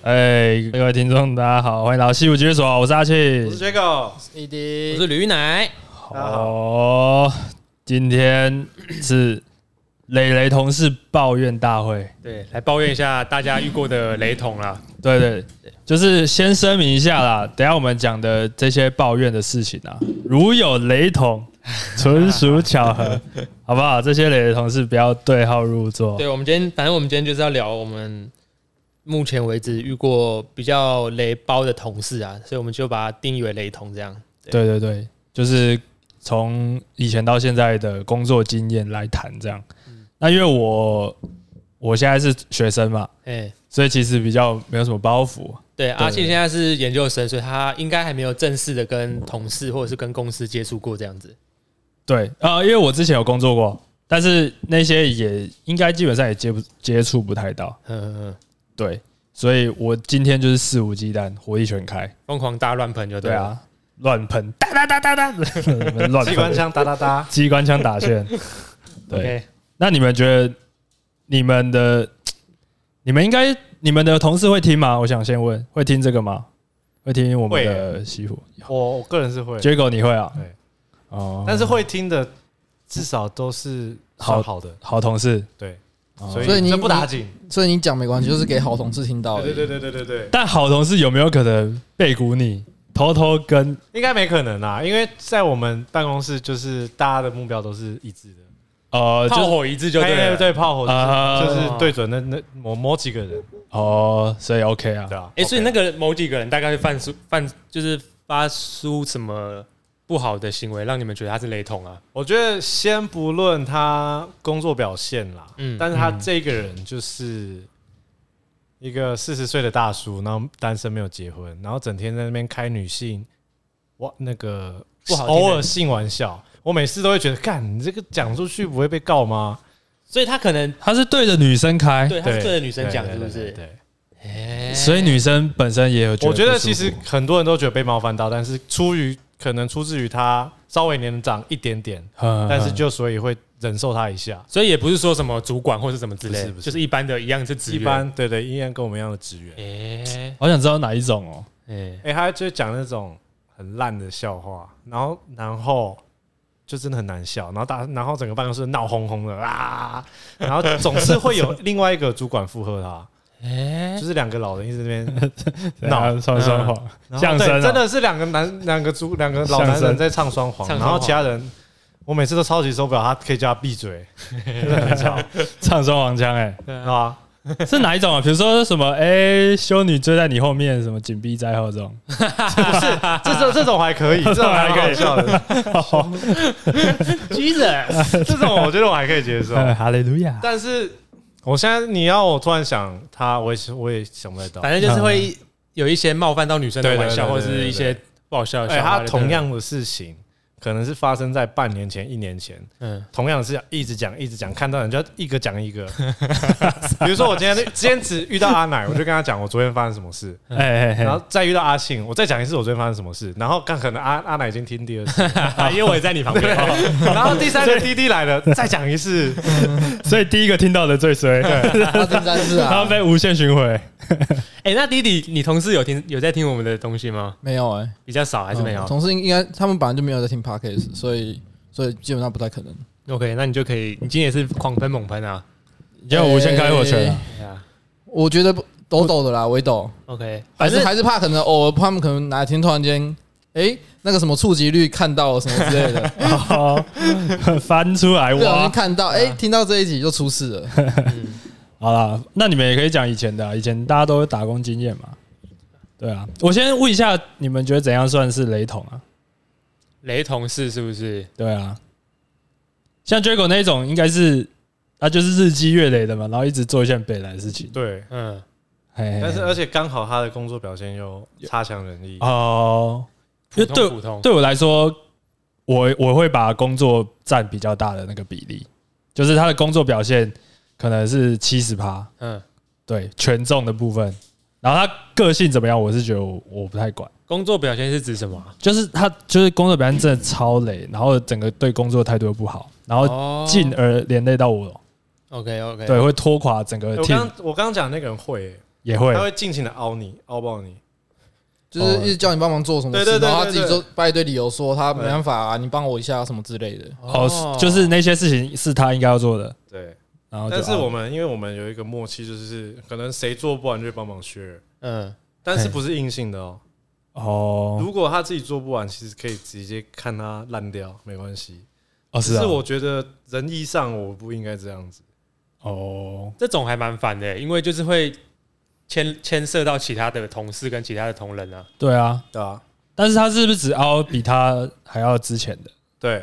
各位听众，大家好，欢迎来到西武集会所，我是阿庆， 我是 Jago， ED， 我是吕奶。 今天是雷同事抱怨大会， 对，来抱怨一下大家遇过的雷同啦。 对，就是先声明一下啦，等一下我们讲的这些抱怨的事情啊，如有雷同，纯属巧合，好不好？这些雷的同事不要对号入座。 对，反正我们今天就是要聊我们目前为止遇过比较雷包的同事啊，所以我们就把它定义为雷同这样。 对，就是从以前到现在的工作经验来谈这样。那因为我现在是学生嘛，所以其实比较没有什么包袱。 对，阿庆现在是研究生，所以他应该还没有正式的跟同事或者是跟公司接触过这样子。 对因为我之前有工作过，但是那些也应该基本上也接触不太到。对，所以我今天就是肆无忌惮，火力全开， 疯狂大乱喷就对了。 乱喷，哒，乱机关枪哒， 机关枪打线。对，那你们觉得你们的同事会听吗？我想先问，会听这个吗？会听我们的西湖？ 我个人是会。 Jago 你会啊？ 对，但是会听的至少都是好的好同事。 对， 所以你不打紧， 所以你讲没关系，就是给好同事听到。 对。 但好同事有没有可能背骨你？偷偷跟应该没可能啦，因为在我们办公室，就是大家的目标都是一致的。 炮火一致就对了。 对，炮火就是对准那某几个人。 所以 OK 啊。 对啊。 所以那个某几个人大概会就是发出什么不好的行为，让你们觉得他是雷同啊？ 我觉得先不论他工作表现啦，但是他这个人就是一个40岁的大叔，然后单身没有结婚，然后整天在那边开女性那个偶尔性玩笑，我每次都会觉得，干你这个讲出去不会被告吗？ 所以他可能他是对着女生开， 对，他是对着女生讲，是不是？ 对， 所以女生本身也有觉得， 我觉得其实很多人都觉得被冒犯到，但是可能出自于他稍微年长一点点，但是所以会忍受他一下， 所以也不是说什么主管或是什么之类的， 不是就是一般的一样是职员， 一般对，一样跟我们一样的职员。 好想知道哪一种哦。 他就讲那种很烂的笑话，然后就真的很难笑，然后整个办公室闹哄哄的啊，然后总是会有另外一个主管附和他。就是两个老人一直在那边闹双簧相声， 真的是两个老男人在唱双簧，然后其他人我每次都超级受不了，他可以叫他闭嘴，真的很吵， 唱双簧腔啊， 是哪一种啊？比如说什么修女追在你后面，什么紧逼在后这种， 不是这种还可以，这种还可以笑的，Jesus， 这种我觉得我还可以接受， 哈利路亚， 但是。我现在你要我突然想他，我也想不太到。 反正就是会有一些冒犯到女生的玩笑，或者是一些不好笑的笑话。 他同样的事情，可能是发生在半年前、1年前。同样的是一直讲，看到人就一个讲一个。比如说我今天只遇到阿奶，我就跟他讲我昨天发生什么事。然后再遇到阿庆，我再讲一次我昨天发生什么事。然后可能阿奶已经听第2次， 因为我也在你旁边。 然后第3个滴滴来了，再讲一次。 所以第一个听到的最衰， 他第3次啊， 他被无限循环。 那弟弟，你同事有在听我们的东西吗？ 没有比较少还是没有？ 同事应该他们本来就没有在听 podcast， 所以基本上不太可能。 OK， 那你就可以，你今天也是狂喷猛喷啊， 你就无限开火权啊。 我觉得抖的啦，微抖。 OK， 还是怕可能偶尔他们可能哪天突然间，那个什么触及率看到了什么之类的， 翻出来哇， 看到听到这一集就出事了。 好啦，那你们也可以讲以前的啊，以前大家都有打工经验嘛。对啊，我先问一下，你们觉得怎样算是雷同啊？ 雷同事是不是？ 对啊，像 Jago 那一种，应该是他就是日积月累的嘛，然后一直做一些北来的事情。 对，但是而且刚好他的工作表现又差强人意哦。 普通对我来说，我会把工作占比较大的那个比例，就是他的工作表现可能是70%，对，权重的部分。然后他个性怎么样，我是觉得我不太管。 工作表现是指什么？ 就是他就是工作表现真的超累，然后整个对工作态度又不好，然后进而连累到我。 OK， 对，会拖垮整个 team。 我刚讲那个人会， 也会， 他会尽情的凹爆你。 就是一直叫你帮忙做什么事，然后他自己就掰一堆理由说他没办法啊，你帮我一下什么之类的。 就是那些事情是他应该要做的。 对， 然后但是因为我们有一个默契，就是可能谁做不完就帮忙 share， 但是不是硬性的哦。如果他自己做不完，其实可以直接看他烂掉，没关系。 是啊。我觉得人意上我不应该这样子。 这种还蛮烦的，因为就是会牵涉到其他的同事跟其他的同仁啊。 对啊，但是他是不是只凹比他还要之前的？ 对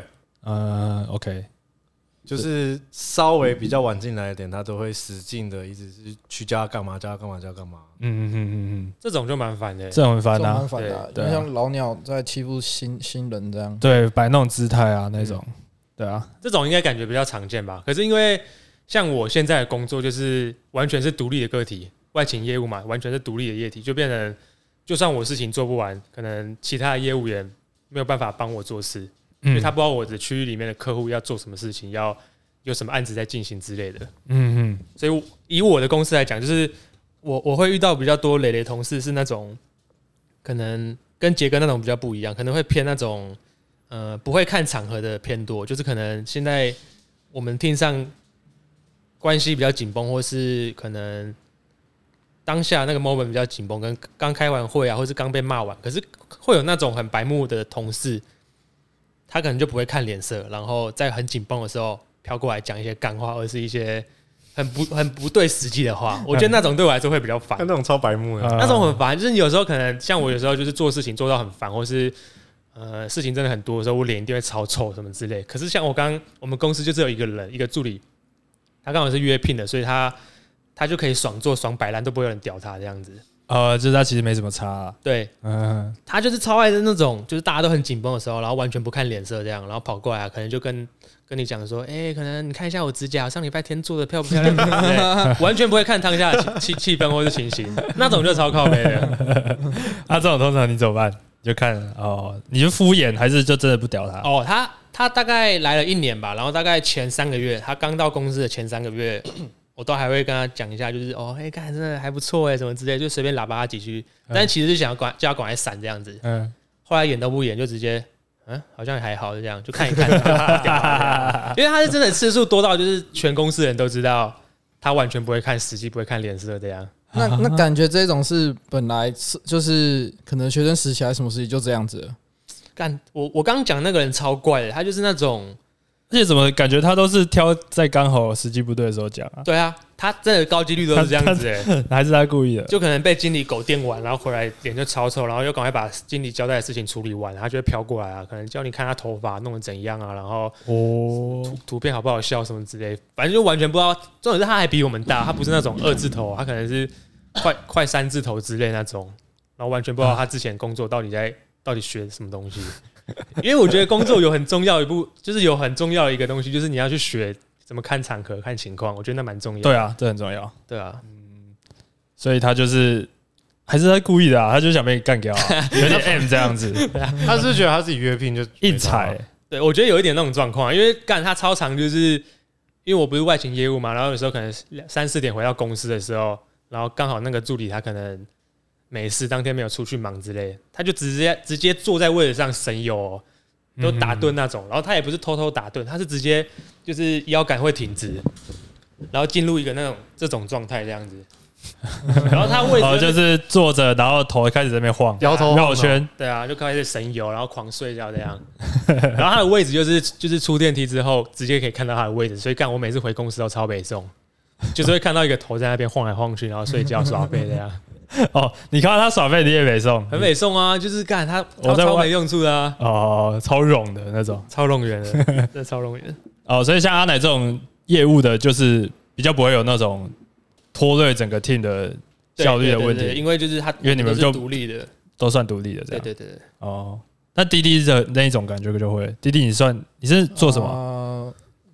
，OK， 就是稍微比较晚进来一点，他都会使劲的一直是去叫他干嘛，叫他干嘛，叫他干嘛。 这种就蛮烦的， 这种很烦啊， 对，像老鸟在欺负新人这样， 对，摆那种姿态啊那种，对啊， 这种应该感觉比较常见吧。可是因为像我现在的工作就是完全是独立的个体。外勤业务嘛，完全是独立的业体，就变成就算我事情做不完，可能其他的业务员没有办法帮我做事，因为他不知道我的区域里面的客户要做什么事情，要有什么案子在进行之类的。所以以我的公司来讲，就是我会遇到比较多累同事是那种可能跟杰哥那种比较不一样，可能会偏那种不会看场合的偏多，就是可能现在我们team上关系比较紧绷，或是可能当下那个 moment 比较紧绷，跟刚开完会啊，或是刚被骂完，可是会有那种很白目的同事，他可能就不会看脸色，然后在很紧绷的时候飘过来讲一些干话，或是一些很不对实际的话。我觉得那种对我来说会比较烦， 那种超白目的， 那种很烦。就是你有时候可能像我有时候就是做事情做到很烦，或是事情真的很多的时候，我脸一定会超臭什么之类。可是像我们公司就只有一个人，一个助理，他刚好是约聘的，所以他就可以爽做爽摆烂，都不会有人屌他这样子。 就是他其实没什么差。 对，他就是超爱的那种，就是大家都很紧绷的时候，然后完全不看脸色这样，然后跑过来，可能就跟你讲说，可能你看一下我指甲，上礼拜天做的漂不漂亮？完全不会看当下的气氛或是情形，那种就超靠北的。 这种通常你怎么办？就看你就敷衍，还是就真的不屌他？ 他大概来了1年吧，然后大概前3个月，他刚到公司的前3个月。我都还会跟他讲一下，就是看真的还不错什么之类，就随便喇叭他几句，但其实是想要叫他赶快闪这样子。后来演都不演，就直接好像还好，就这样就看一看。因为他是真的次数多到，就是全公司人都知道他完全不会看时机，不会看脸色这样。 那感觉这种是本来就是可能学生时期还是什么时期就这样子了。 我刚刚讲那个人超怪的，他就是那种。 而且怎么感觉他都是挑在刚好时机不对的时候讲啊？ 对啊，他真的高几率都是这样子还是他故意的？ 就可能被经理狗电完，然后回来脸就超臭，然后又赶快把经理交代的事情处理完，他就会飘过来啊，可能叫你看他头发弄得怎样啊，然后图片好不好笑什么之类，反正就完全不知道。重点是他还比我们大，他不是那种2字头，他可能是快3字头之类那种，然后完全不知道他之前工作到底学什么东西。因为我觉得工作有很重要就是有很重要的一个东西，就是你要去学怎么看场合、看情况，我觉得那蛮重要的。 对啊，这很重要。 对啊， 所以他就是还是他故意的啊，他就想被你干掉啊，有点 M 这样子。 他是觉得他自己约聘就硬踩。 对，我觉得有一点那种状况，因为他超常就是因为我不是外勤业务嘛，然后有时候可能3、4点回到公司的时候，然后刚好那个助理他可能。没事，当天没有出去忙之类，他就直接坐在位置上神游都打盹那种。然后他也不是偷偷打盹，他是直接就是腰杆会挺直，然后进入一个这种状态这样子。然后他位置就是坐着，然后头开始在那边晃， 摇头绕圈， 对啊，就开始神游，然后狂睡觉这样。然后他的位置就是出电梯之后直接可以看到他的位置，所以我每次回公司都超北宋，就是会看到一个头在那边晃来晃去，然后睡觉耍废这样。 你看到他耍废，你也没送， 很没送啊！就是他超没用处的啊！ 超冗的那种， 超冗员的，这超冗员。 所以像阿奶这种业务的，就是比较不会有那种拖累整个 team 的效率的问题， 因为就是他， 因为你们就独立的， 都算独立的这样。 对。 那滴滴的那一种感觉就会，滴滴你是做什么？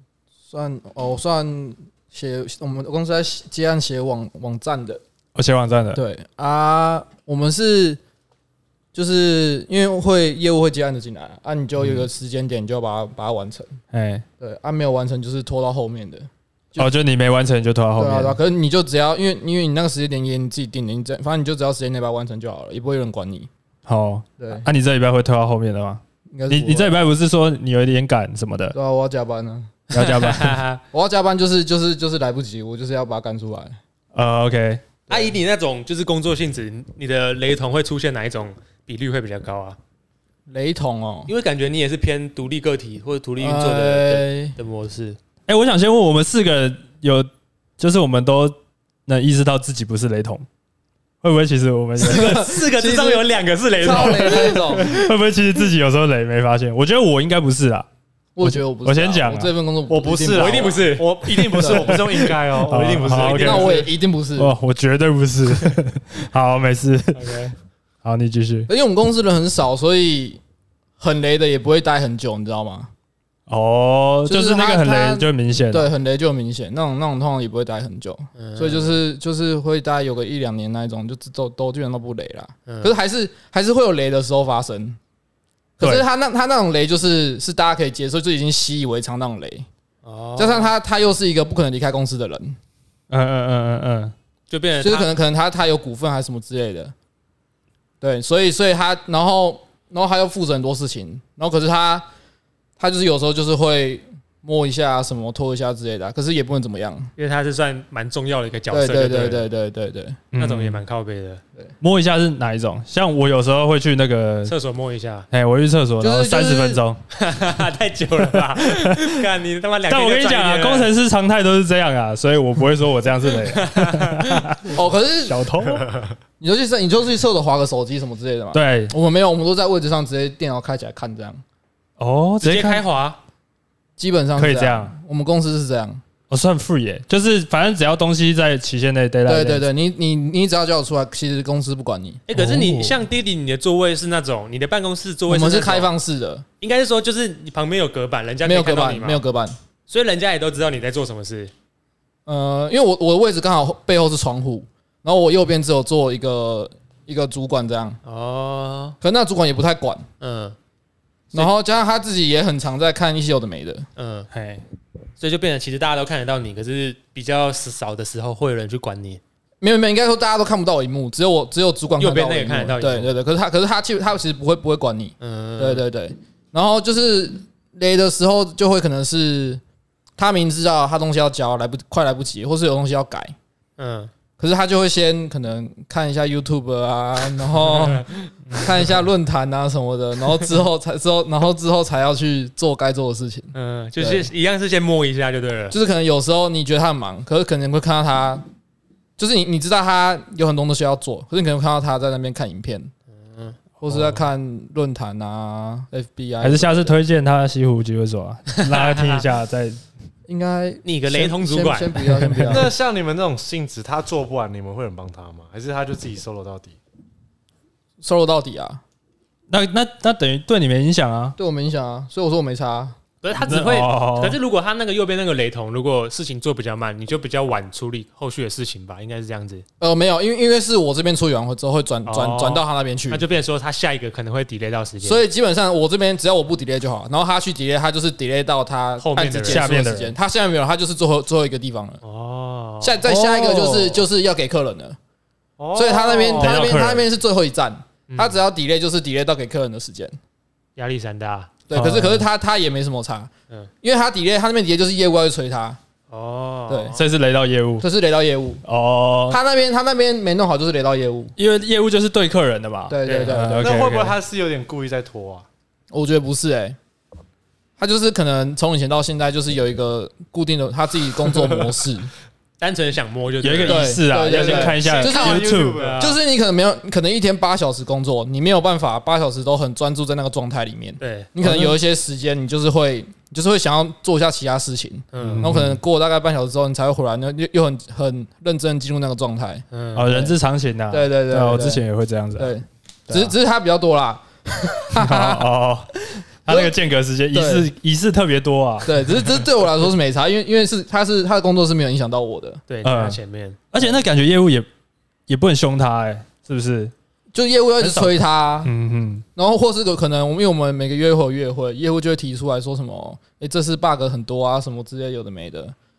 算写我们公司在接案写网站的。 写网站的。 对啊，我们是就是因为业务会接案子进来啊，你就有一个时间点，你就要把它完成。对啊，没有完成就是拖到后面的。 就你没完成就拖到后面。 对啊，可是你就只要因为你那个时间点也你自己定的，反正你就只要时间内把它完成就好了，也不会有人管你。 好， 对。 你这礼拜会拖到后面的吗？你这礼拜不是说你有一点赶什么的？ 对啊，我要加班呢。 你要加班？ 我要加班就是来不及，我就是要把它赶出来。 OK。 以你那种就是工作性质，你的雷同会出现哪一种比率会比较高啊？ 雷同哦， 因为感觉你也是偏独立个体或者独立运作的模式。 我想先问我们4个人就是我们都能意识到自己不是雷同，会不会其实我们四个之中有2个是雷同？ 超雷那一种， 会不会其实自己有时候雷没发现？我觉得我应该不是啦。 我觉得我不是。 我先讲， 我这份工作我不是， 我一定不是， 我一定不是，我不是用应该哦，我一定不是。 那我也一定不是。 我绝对不是。好，没事。OK， 好，你继续。 因为我们公司人很少，所以很雷的也不会待很久，你知道吗？ 就是那个很雷就明显， 对，很雷就明显，那种通常也不会待很久，所以就是会大概有个1-2年那一种，就都基本上都不雷啦。可是还是会有雷的时候发生。可是他那种雷是大家可以接受，就已经习以为常那种雷。加上他又是一个不可能离开公司的人， 就变成就是可能他有股份还是什么之类的，对，所以他然后他又负责很多事情，然后可是他就是有时候就是会摸一下什么拖一下之类的，可是也不能怎么样， 因为他是算蛮重要的一个角色。 对， 那种也蛮靠背的。 摸一下是哪一种？像我有时候会去那个厕所摸一下， 我去厕所，然后30分钟， 太久了吧？干你他妈2天！ 但我跟你讲啊，工程师常态都是这样啊，所以我不会说我这样是雷。 可是小偷， 你就去厕所滑个手机什么之类的嘛？ 对， 我们没有，我们都在位置上直接电脑开起来看这样。 直接开滑。 基本上可以这样， 我们公司是这样。 算 free 耶，就是反正只要东西在期限内 deadline。 对，你只要叫我出来，其实公司不管你。 可是你像弟弟，你的座位是那种你的办公室座位， 我们是开放式的， 应该是说就是你旁边有隔板，人家没有隔板， 没有隔板， 所以人家也都知道你在做什么事。 因为我的位置刚好背后是窗户，然后我右边只有坐一个主管这样。可那主管也不太管，然后加上他自己也很常在看一些有的没的， 所以就变成其实大家都看得到你，可是比较少的时候会有人去管你。 没有，应该说大家都看不到我荧幕，只有主管看到我荧幕， 右边那个看得到。 对，可是他其实不会管你，对。然后就是雷的时候，就会可能是他明知道他东西要交，快来不及，或是有东西要改，可是他就会先可能看一下 YouTube 啊，然后看一下论坛啊什么的，然后之后才要去做该做的事情。 就是一样是先摸一下就对了。 就是可能有时候你觉得他很忙，可是可能会看到他，就是你知道他有很多东西要做，可是你可能看到他在那边看影片，或是在看论坛啊 ，FB 啊， 还是下次推荐他西湖集会所啊，让他听一下再。 应该你个雷同主管， 先不要。 那像你们那种性质，他做不完，你们会有人帮他吗？还是他就自己 solo 到底 ？solo 到底啊？ 那等于对你没影响啊？ 对我没影响啊，所以我说我没差。 可是他只会，可是如果他那个右边那个雷同，如果事情做比较慢，你就比较晚处理后续的事情吧，应该是这样子。 没有，因为是我这边处理完之后会转到他那边去， 那就变成说他下一个可能会 delay 到时间。 所以基本上我这边只要我不 delay 就好，然后他去 delay， 他就是 delay 到他后面的下面的时间，他下面没有，他就是最后一个地方了。再下一个就是要给客人了。所以他那边是最后一站，他只要 delay 就是 delay 到给客人的时间， 压力山大。 对，可是他也没什么差，因为他 delay， 他那边 delay 就是业务要去催他，对， 这是雷到业务， 这是雷到业务他那边没弄好就是雷到业务， 因为业务就是对客人的嘛， 对， 那会不会他是有点故意在拖啊？ 我觉得不是他就是可能从以前到现在就是有一个固定的他自己工作模式。 单纯想摸就有一个仪式啊，要先看一下， 就是 YouTube， 就是你可能一天8小时工作，你没有办法8小时都很专注在那个状态里面。 对， 你可能有一些时间，你就是会想要做一下其他事情，然后可能过大概半小时之后，你才会回来，又很认真进入那个状态。 人之常情啊。 对， 我之前也会这样子。 对，只是他比较多啦。 他那个间隔时间仪式特别多啊。 对，只是对我来说是没差，因为他的工作是没有影响到我的。 对，在前面， 而且那感觉业务也不能凶他，是不是？ 就业务要一直催他，然后或是可能因为我们每个月会有月会，业务就会提出来说什么，这次 bug 很多啊，什么之类有的没的。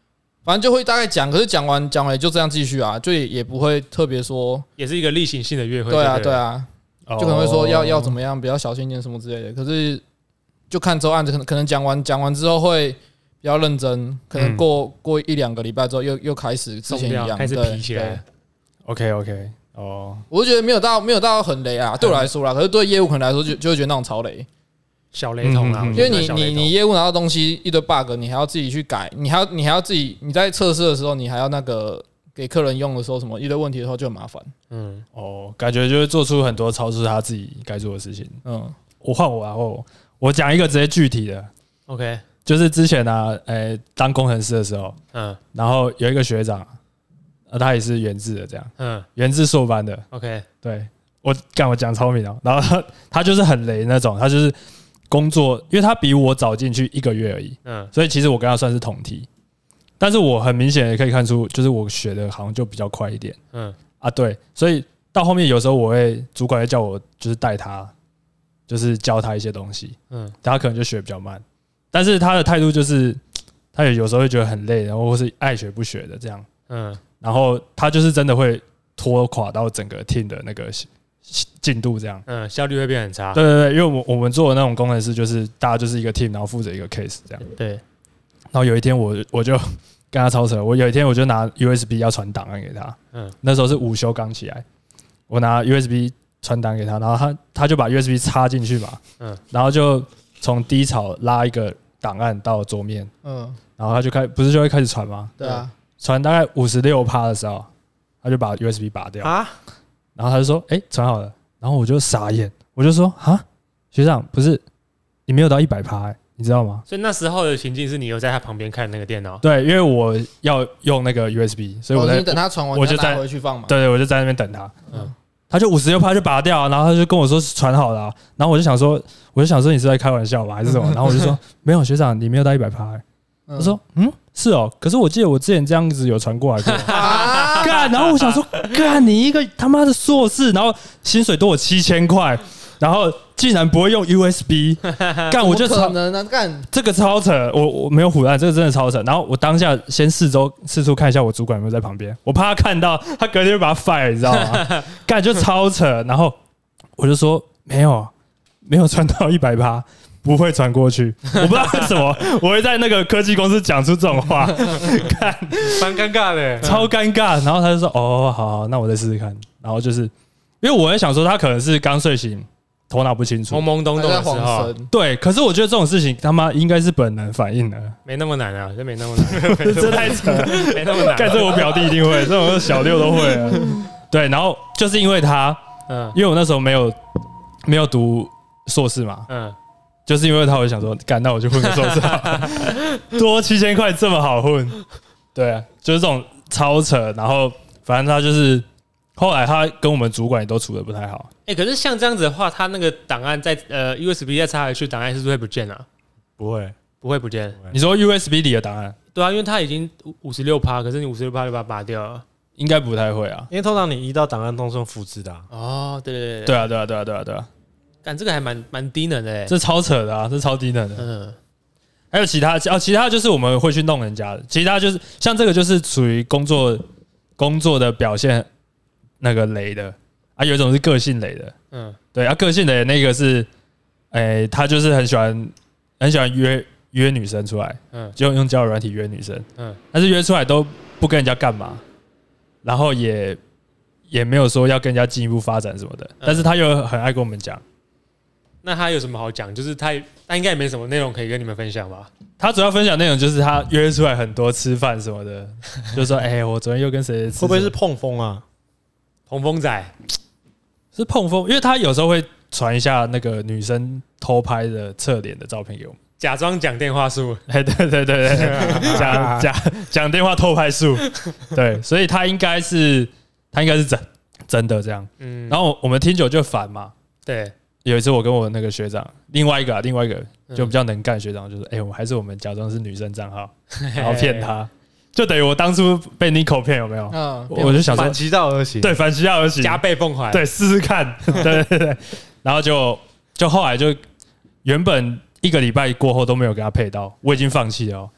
反正就会大概讲，可是讲完也就这样继续啊，就也不会特别说， 也是一个例行性的约会。 对啊，就可能会说要怎么样，比较小心一点什么之类的。可是就看之后案子，可能讲完之后会比较认真，可能过1-2个礼拜之后又开始之前一样， 开始皮起来。 OK， 我就觉得没有到很雷啊，对我来说啦。可是对业务可能来说就会觉得那种超雷。 小雷同啊， 因为你业务拿到东西一堆 bug， 你还要自己去改，你还要自己你在测试的时候，你还要那个给客人用的时候，什么一堆问题的时候就很麻烦。 感觉就会做出很多超出他自己该做的事情。我讲一个直接具体的 ，OK， 就是之前啊，当工程师的时候，然后有一个学长，他也是原制的这样，原制硕班的 ，OK， 对我讲超明哦，然后他就是很雷那种，他就是。工作，因为他比我早进去1个月而已，所以其实我跟他算是同梯，但是我很明显也可以看出，就是我学的好像就比较快一点，对，所以到后面有时候主管会叫我就是带他，就是教他一些东西，他可能就学比较慢，但是他的态度就是他有时候会觉得很累，然后或是爱学不学的这样，然后他就是真的会拖垮到整个 team 的那个。进度这样， 效率会变很差。 对，因为我们做的那种工程师，就是大家就是一个 team， 然后负责一个 case 这样。 对。 然后有一天我就跟他超扯，有一天我就拿 USB 要传档案给他，那时候是午休刚起来，我拿 USB 传档给他，然后他就把 USB 插进去嘛，然后就从低槽拉一个档案到桌面，然后他就不是就会开始传吗？ 对啊， 传大概56%的时候，他就把 USB 拔掉啊。然后他就说：“传好了。”然后我就傻眼，我就说：“啊，学长，不是你没有到100%，你知道吗？” 所以那时候的情境是你有在他旁边看那个电脑。 对，因为我要用那个 USB， 所以你等他传完，我就拿回去放嘛。 对，我就在那边等他。他就56%就拔掉，然后他就跟我说传好了，然后我就想说你是在开玩笑吧，还是什么？然后我就说：“没有，学长，你没有到100%。”他说：“是哦，可是我记得我之前这样子有传过来过。”干，然后我想说，干你一个他妈的硕士，然后薪水多我7000块，然后竟然不会用 USB， 干我就可能啊，干这个超扯，我没有唬烂，这个真的超扯。然后我当下先四处看一下我主管有没有在旁边，我怕他看到，他隔天就把他 fire， 你知道吗？干就超扯，然后我就说没有传到100%。不会传过去，我不知道为什么我会在那个科技公司讲出这种话，看蛮尴尬的， 超尴尬。然后他就说：“哦，好，那我再试试看。”然后就是因为我在想说，他可能是刚睡醒，头脑不清楚， 懵懵懂懂的时候， 对。可是我觉得这种事情他妈应该是本能反应的， 没那么难啊，这没那么难， 这太扯了， 没那么难。 干这我表弟一定会，这种小六都会啊。对，然后就是因为他，因为我那时候没有读硕士嘛，就是因为他，我就想说，干，那我就混个硕士好了，多7000块这么好混，对啊，就是这种超扯。然后反正他就是后来他跟我们主管也都处得不太好。 可是像这样子的话，他那个档案在USB 再插回去，档案是不是会不见啊？ 不会不见。 你说 USB 里的档案？ 对啊，因为他已经56%，可是你56%就把它拔掉了， 应该不太会啊， 因为通常你移到档案都是用复制的。 哦，对啊。 干这个还蛮低能的， 这超扯的啊，这超低能的。还有其他就是我们会去弄人家的，其他就是像这个就是属于工作的表现那个雷的啊，有一种是个性雷的，对啊，个性雷的那个是，他就是很喜欢约女生出来，就用交友软体约女生，但是约出来都不跟人家干嘛，然后也没有说要跟人家进一步发展什么的，但是他又很爱跟我们讲。 那他有什么好讲？就是他应该也没什么内容可以跟你们分享吧？ 他主要分享内容就是他约出来很多吃饭什么的，就说：“我昨天又跟谁吃？” 会不会是碰风啊？ 碰风仔是碰风，因为他有时候会传一下那个女生偷拍的侧脸的照片给我们， 假装讲电话术。 对，讲电话偷拍术。对，所以他应该是真的这样。然后我们听久就烦嘛。 对。 有一次我跟我那个学长，另外一个就比较能干学长，就说：“还是我们假装是女生账号，然后骗他，就等于我当初被 Nico 骗，有没有？我就想说反其道而行， 对，反其道而行， 加倍奉还， 对，试试看，对，然后就后来就原本1个礼拜过后都没有给他配到，我已经放弃了。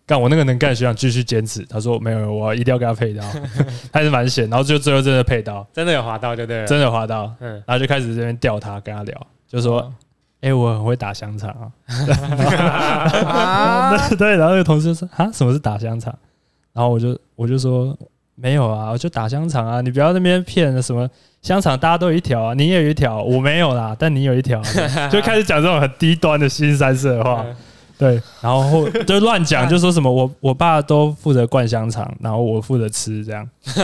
干我那个能干的学长继续坚持，他说没有，我一定要跟他配到，还是蛮闲，然后就最后真的配到， 真的有滑到就对了， 真的滑到，然后就开始这边钓他，跟他聊，就说。我很会打香肠啊！对，然后那个同事就说：“啊，什么是打香肠？”然后我就说：“没有啊，我就打香肠啊！你不要那边骗什么香肠，大家都有一条啊，你也有一条，我没有啦，但你有一条。”就开始讲这种很低端的新三色的话。对，然后就乱讲，就说什么我爸都负责灌香肠，然后我负责吃这样。 这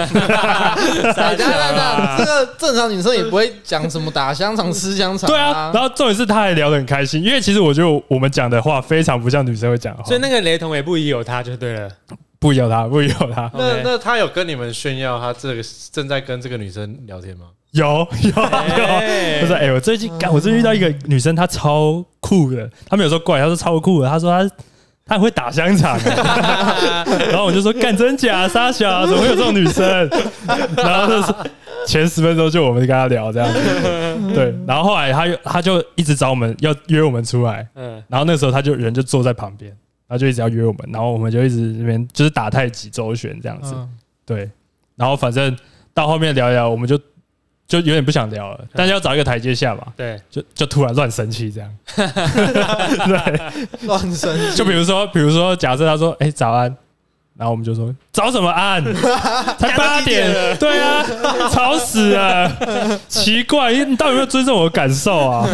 个正常女生也不会讲什么打香肠、吃香肠。 对啊，然后重点是他还聊得很开心，因为其实我觉得我们讲的话非常不像女生会讲的话， 所以那个雷同也不疑有他就对了。 不疑有他，不疑有他。 那他有跟你们炫耀他这个正在跟这个女生聊天吗？ 有，他说我最近遇到一个女生，她超酷的，她没有说怪，她说超酷的，她说她很会打香肠，然后我就说干真假傻小，怎么会有这种女生？然后就是前10分钟就我们跟她聊这样子，对，然后后来她就一直找我们要约我们出来，然后那时候她人就坐在旁边，然后就一直要约我们，然后我们就一直那边就是打太极周旋这样子，对，然后反正到后面聊一聊，我们就有点不想聊了，但是要找一个台阶下嘛。 对， 就突然乱生气这样。对， 乱生气。 就比如说，假设他说：“早安。”然后我们就说：“早什么安？才8点。”对啊，吵死了！奇怪，你到底有没有尊重我的感受啊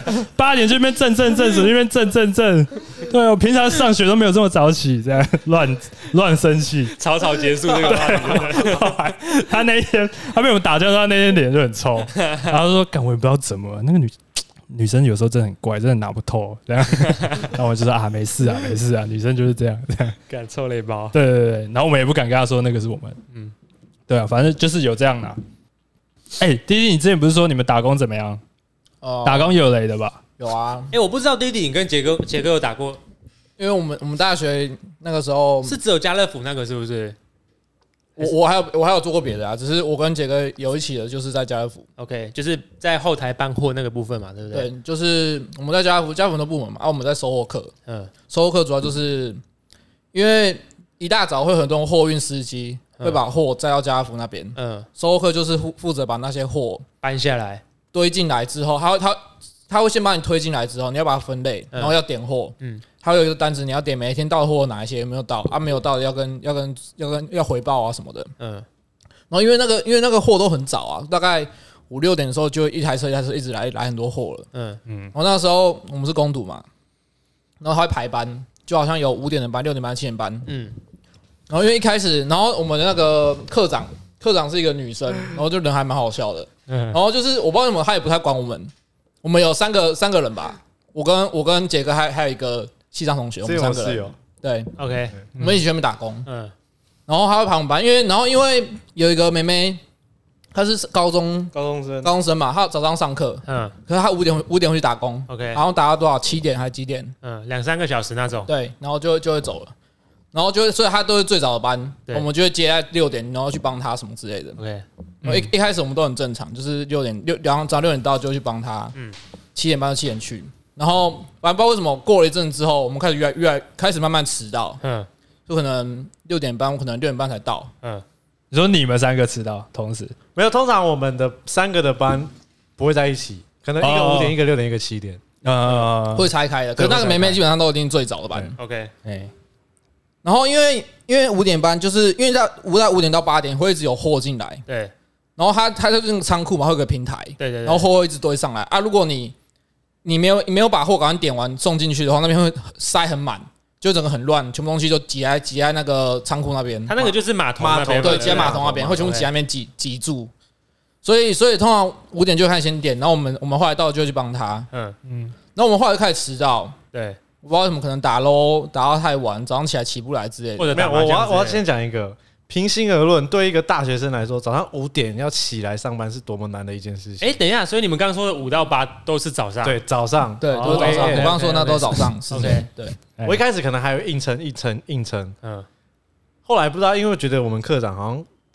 ？8点就那边震，手那边震。对，我平常上学都没有这么早起，这样乱生气， 草结束这个话题。后来他那一天他被我们打架，他那天脸就很臭，然后说：“干，我也不知道怎么了，那个女生有时候真的很怪，真的拿不透。”这样，然后我就说：“啊，没事啊，女生就是这样。” 敢臭雷包。 对，然后我们也不敢跟他说那个是我们。对啊，反正就是有这样啦。弟弟，你之前不是说你们打工怎么样？打工也有雷的吧？ 有啊。 我不知道弟弟你跟杰哥有打过， 因为我们大学那个时候是只有家乐福那个是不是？ 我还有做过别的啊，只是我跟杰哥有一起的，就是在家乐福。 OK， 就是在后台搬货那个部分嘛，对不对？ 对，就是我们在家乐福的部门嘛，我们在收货客。收货客主要就是因为一大早会很多货运司机会把货载到家乐福那边。收货客就是负责把那些货搬下来、 堆进来之后，他会先把你推进来之后，你要把它分类，然后要点货。还有一个单子，你要点每一天到的货哪一些有没有到啊？没有到的要回报啊什么的。然后因为那个货都很早啊，大概5、6点的时候就一台车一直来很多货了。然后那时候我们是工读嘛，然后他会排班，就好像有5点的班、6点班、7点班。然后因为一开始，然后我们的那个课长是一个女生，然后就人还蛮好笑的。然后就是我不知道为什么他也不太管我们有三个人吧，我跟杰哥还有一个系上同学，我们3个人。对 ，OK， 我们一起去那边打工。然后他会排我们班，因为有一个妹妹，她是高中生嘛，她早上上课，可是她5点会去打工 ，OK， 然后打到多少7点还是几点 ？2-3个小时那种。 对，然后就会走了，然后所以她都是最早的班，我们就会接在6点，然后去帮她什么之类的。OK， 一开始我们都很正常，就是早上6点到就去帮她，7點半到7点去。然后反正不知道为什么过了一阵之后，我们开始开始慢慢迟到，就可能6点半，我可能6点半才到。 你说你们3个迟到，同时没有？通常我们的3个的班不会在一起，可能一个5点，一个6点，一个7点， 会拆开的。可是那个妹妹基本上都一定最早的班。 OK， 然后因为5点班，就是因为在5点到8点会一直有货进来， 对。 然后它就是那个仓库嘛，会有个平台，对，然后货会一直堆上来啊。如果你没有把货赶快点完送进去的话，那边会塞很满，就整个很乱，全部东西就挤在那个仓库那边。 它那个就是码头那边， 对，挤在码头那边，会全部挤在那边挤住。所以通常5点就开始先点，然后我们后来到就去帮他。然后我们后来就开始迟到。对，我不知道为什么可能打到太晚，早上起来起不来之类的。 或者没有，我要先讲一个。平心而论，对一个大学生来说，早上5点要起来上班是多么难的一件事情。 等一下，所以你们刚刚说的5到8都是早上？ 对，早上， 对，都是早上。我刚刚说那都是早上。OK， 对。 我一开始可能还有硬撑，后来不知道，因为觉得我们课长好像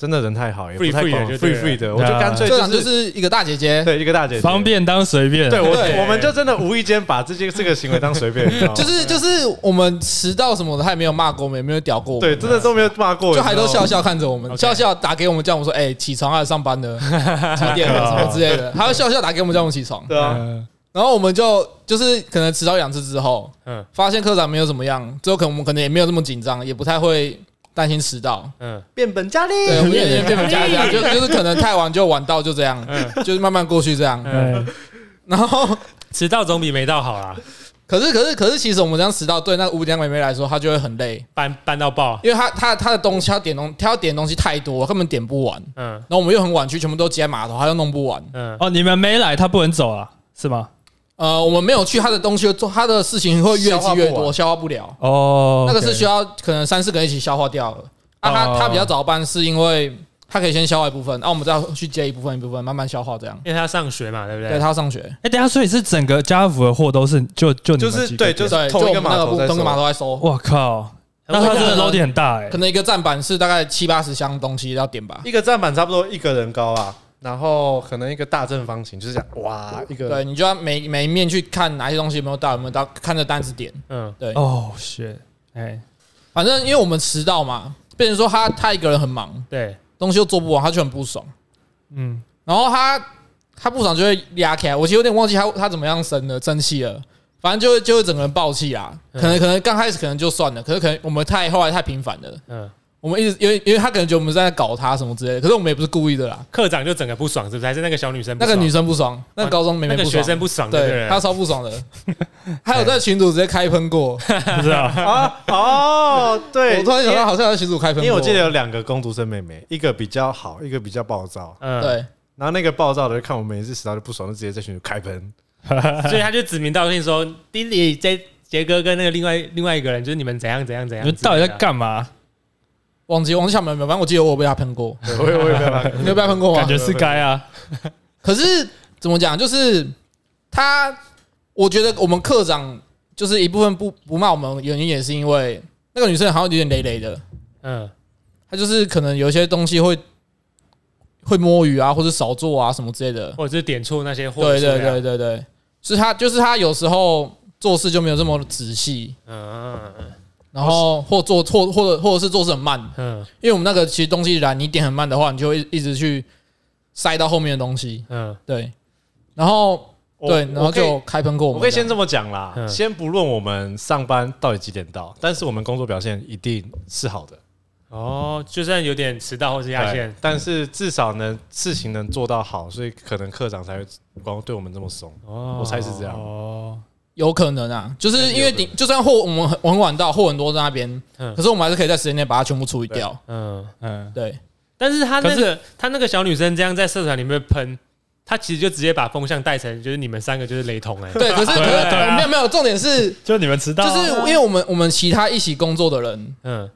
真的人太好，也不太管 free 的，我就干脆就是一个大姐姐， 对，一个大姐姐， 方便当随便。 对，我们就真的无意间把这个行为当随便， 就是我们迟到什么的，他也没有骂过我们，也没有屌过我们， 对，真的都没有骂过， 就还都笑笑看着我们，笑笑打给我们，叫我们说，哎，起床啊，上班了，几点了什么之类的，还会笑笑打给我们，叫我们起床， 对啊。 然后我们就是可能迟到2次之后，发现科长没有怎么样，之后我们可能也没有这么紧张，也不太会担心迟到， 变本加厉， 对，我们也变本加厉，就是可能太晚就晚到，就这样，就是慢慢过去这样。然后迟到总比没到好啦。 可是，其实我们这样迟到，对那吴江妹妹来说，她就会很累， 搬到爆， 因为她的东西，她要点东西太多，根本点不完。然后我们又很晚去，全部都接在码头，她又弄不完。 哦，你们没来，她不能走啊，是吗？ 我们没有去，她的东西做，她的事情会越积越多，消化不了。 哦， 那个是需要可能3-4个人一起消化掉的。她比较早班，是因为她可以先消化一部分，然后我们再去接一部分慢慢消化这样。 因为她要上学嘛，对不对？ 对，她要上学。 等一下，所以是整个家乐福的货都是就是对，就是同一个码头在收。 我靠，那他真的 load 很大可能一个站板是大概70-80箱东西要点吧。 一个站板差不多1个人高啊。然后可能一个大正方形，就是这样，哇，一个对，你就要每一面去看哪些东西有没有到，看着单子点。对。 哦，shit， 反正因为我们迟到嘛，变成说他一个人很忙， 对， 东西又做不完，他就很不爽。然后他不爽就会压起来，我其实有点忘记他怎么样生气了，反正就会整个人爆气啦。可能刚开始可能就算了，可是可能我们后来太频繁了。我们一直因为他可能觉得我们在搞他什么之类的，可是我们也不是故意的啦。 科长就整个不爽，是不是？还是那个小女生不爽？ 那个女生不爽，那个高中妹妹不爽， 那个学生不爽， 对，她超不爽的。还有在群组直接开喷过， 不知道啊？对， 我突然想到好像在群组开喷过， 因为我记得有2个工读生妹妹，一个比较好，一个比较暴躁。 对， 然后那个暴躁的看我们每次迟到就不爽，就直接在群组开喷， 所以他就指名道姓说：“丁里杰哥跟那个另外一个人，就是你们怎样。”你们到底在干嘛？ 忘记小没有，反正我记得我有被他喷过， 我也被他喷， 你有被他喷过吗？ 感觉是该啊。 可是怎么讲，就是我觉得我们科长就是一部分不骂我们，原因也是因为那个女生好像有点累的，她就是可能有一些东西会摸鱼啊，或者少做啊什么之类的， 或者是点错那些货。 对，是她有时候做事就没有这么仔细，然后或者是做事很慢，因为我们那个其实东西来你点很慢的话，你就会一直去塞到后面的东西，对，然后就开喷过我们。 我可以先这么讲啦，先不论我们上班到底几点到，但是我们工作表现一定是好的。 就算有点迟到或是压线， 但是至少事情能做到好，所以可能科长才会光对我们这么松。我猜是这样。 有可能啊，就是因为就算我们很晚到，货很多在那边，可是我们还是可以在时间内把它全部处理掉。对。但是他那个小女生这样在社团里面喷，他其实就直接把风向带成就是你们3个就是雷同对，可是没有，重点是就你们迟到， 就是因为我们其他一起工作的人，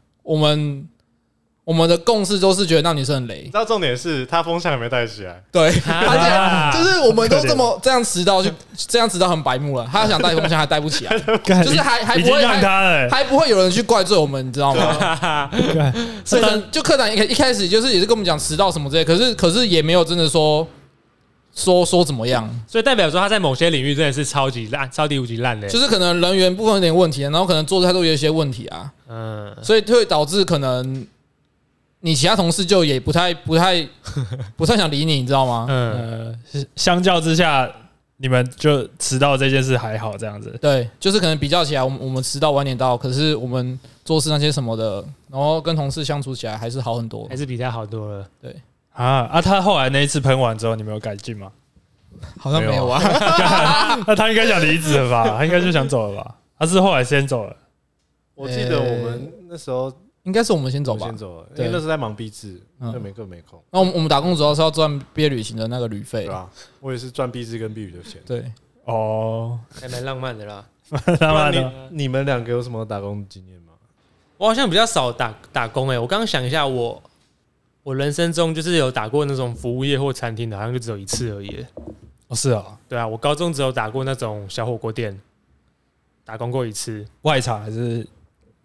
我们的共识都是觉得那女生很雷。你知道重点是她风向还没带起来。 对，就是我们都这样迟到，就这样迟到很白目了。她想带风向还带不起来，就是还不会有人去怪罪我们，你知道吗？所以就科长一开始就是也是跟我们讲迟到什么之类，可是也没有真的说怎么样。 所以代表说他在某些领域真的是超级烂，超级无敌烂的， 就是可能人员部分有点问题，然后可能做态度有一些问题啊。所以会导致可能。你其他同事就也不太想理你，你知道吗？ 相较之下，你们就迟到这件事还好，这样子。 对，就是可能比较起来，我们迟到晚点到，可是我们做事那些什么的，然后跟同事相处起来还是好很多， 还是比较好多了。 对他后来那一次喷完之后，你们有改进吗？ 好像没有啊。 那他应该想离职了吧？他应该就想走了吧？他是后来先走了。 我记得我们那时候。 应该是我们先走吧， 先走了，因为那时候在忙毕制，就没空。 那我们打工主要是要赚毕业旅行的那个旅费， 对吧？我也是赚毕制跟毕旅的钱。 对， 还蛮浪漫的啦。 你们2个有什么打工经验吗？ 我好像比较少打工我刚刚想一下，我人生中就是有打过那种服务业或餐厅的，好像就只有1次而已。 是啊， 对啊，我高中只有打过那种小火锅店，打工过1次。 外场还是？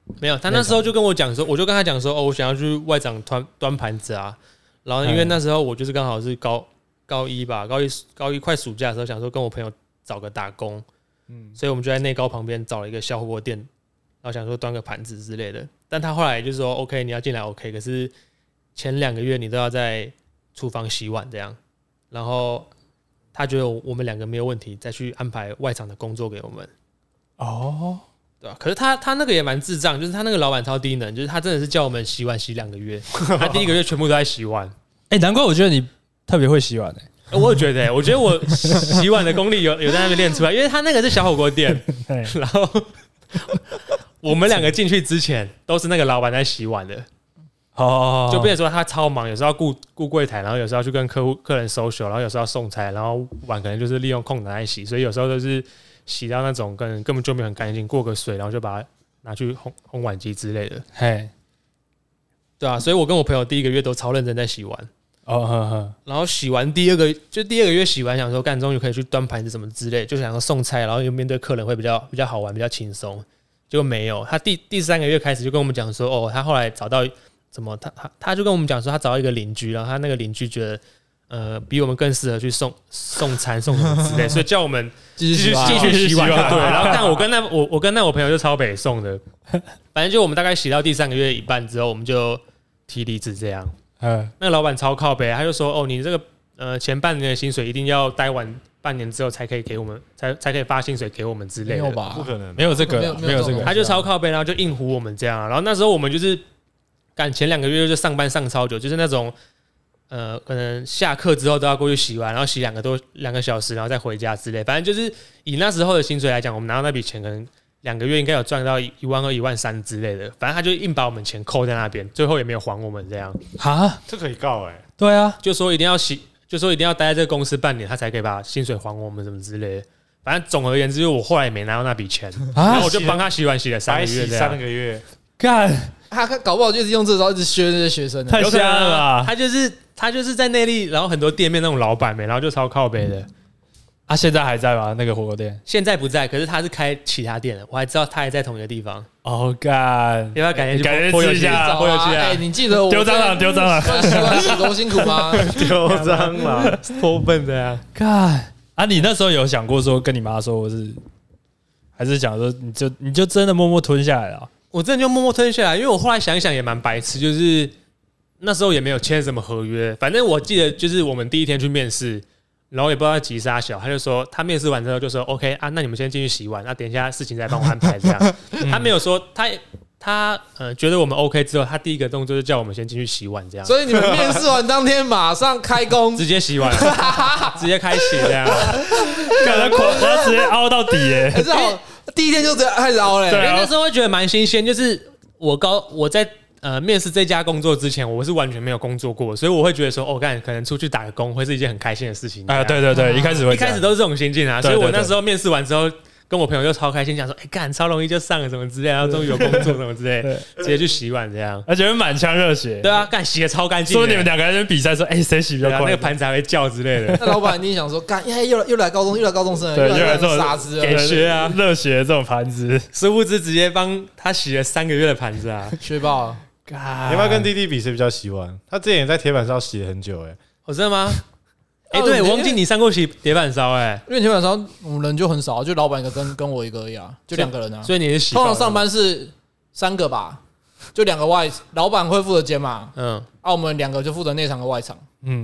没有，他那时候就跟我讲说，我就跟他讲说，我想要去外场端盘子啊。然后因为那时候我就是刚好是高一吧，高一快暑假的时候，想说跟我朋友找个打工，所以我们就在内高旁边找了一个小火锅店，然后想说端个盘子之类的。但他后来就说 OK， 你要进来 OK， 可是前2个月你都要在厨房洗碗这样。然后他觉得我们2个没有问题，再去安排外场的工作给我们。 哦， 对吧？可是他那个也蛮智障，就是他那个老板超低能，就是他真的是叫我们洗碗洗2个月，他第1个月全部都在洗碗。 难怪我觉得你特别会洗碗我也觉得，我觉得我洗碗的功力有在那边练出来，因为他那个是小火锅店，然后我们2个进去之前都是那个老板在洗碗的。就变成说他超忙，有时候要顾柜台，然后有时候要去跟客人social，然后有时候要送菜，然后碗可能就是利用空档来洗，所以有时候都是洗到那种根本就没有很干净，过个水，然后就把它拿去烘碗机之类的。嘿，对啊，所以我跟我朋友第1个月都超认真在洗碗。然后洗完第二个月洗完，想说干终于可以去端盘子什么之类，就想要送菜，然后又面对客人会比较好玩，比较轻松。结果没有，他第3个月开始就跟我们讲说，他后来找到什么，他就跟我们讲说，他找到一个邻居，然后他那个邻居觉得比我们更适合去送餐送什么之类，所以叫我们继续洗碗就对。然后但我跟我朋友就超北宋的，反正就我们大概洗到第3个月一半之后，我们就提离职这样。那个老板超靠北，他就说你这个前半年的薪水一定要待完半年之后才可以给我们，才可以发薪水给我们之类的。 没有吧？ 不可能， 没有这个，没有这个。 他就超靠北，然后就硬唬我们这样。然后那时候我们就是前2个月就上班上超久，就是那种可能下课之后都要过去洗碗，然后洗2个小时，然后再回家之类。反正就是以那时候的薪水来讲，我们拿到那笔钱可能2个月应该有赚到12000、13000之类的。反正他就硬把我们钱扣在那边，最后也没有还我们这样。 这可以告对啊， 就说一定要待在这个公司半年，他才可以把薪水还我们什么之类的。反正总而言之，就是我后来也没拿到那笔钱，然后我就帮他洗碗洗了3个月这样。 3个月， 干。 他搞不好就是用这招一直削那些学生， 太瞎了吧？ 他就是在内坜，然后很多店面那种老板然后就超靠北的。 现在还在吗？那个火锅店现在不在，可是他是开其他店的，我还知道他还在同一个地方。 干， 要不要改天吃一下？ 你记得我丢蟑螂， 洗碗洗多辛苦吗？ 丢蟑螂， 脱笨的呀！ 干你那时候有想过说跟你妈说，还是想说你就真的默默吞下来了？ 我真的就默默吞下来，因为我后来想一想也蛮白痴，就是那时候也没有签什么合约，反正我记得就是我们第1天去面试，然后也不知道他急啥小，他就说他面试完之后就说 OK 那你们先进去洗碗，那等一下事情再帮我安排这样。他没有说他觉得我们 OK 之后，他第1个动作就叫我们先进去洗碗这样。 所以你们面试完当天马上开工， 直接洗碗，直接开洗这样， 他直接凹到底可是好。第1天就开始凹因为那时候会觉得蛮新鲜，就是我在面试这家工作之前，我是完全没有工作过，所以我会觉得说，可能出去打个工会是一件很开心的事情。 对，一开始都是这种心境啊，所以我那时候面试完之后，跟我朋友就超开心，讲说，超容易就上了什么之类，然后终于有工作什么之类，直接去洗碗这样， 而且满腔热血。 对啊，洗的超干净。 说你们2个人比赛说，谁洗比较快， 那个盘子还会叫之类的。 那老板一定想说，又来高中生了，又来这种傻子了， 给学啊， 热血的这种盘子， 殊不知直接帮他洗了3个月的盘子啊， 学爆了。 你要不要跟弟弟比谁比较洗碗？他之前也在铁板烧洗了很久真的吗？对，我忘记你上过洗铁板烧因为铁板烧我们人就很少，就老板一个跟我一个而已就2个人啊。 所以你是洗？ 通常上班是3个吧，就2个外，老板会负责煎嘛，我们2个就负责内场和外场，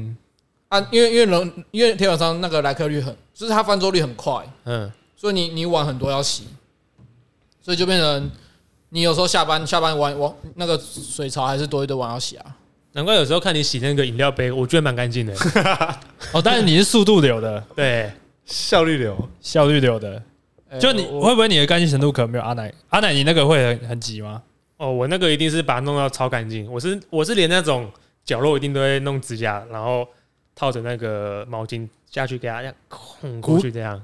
因为铁板烧那个来客率就是它翻桌率很快，所以你碗很多要洗，所以就变成你有时候下班碗那个水槽还是多一堆碗要洗啊。 难怪有时候看你洗那个饮料杯，我觉得蛮干净的。 但是你是速度流的， 对， 效率流的。就你会不会你的干净程度可能没有阿奶你那个会很急吗？ 我那个一定是把它弄到超干净。我是连那种角落一定都会弄指甲，然后套着那个毛巾下去给它这样控过去这样。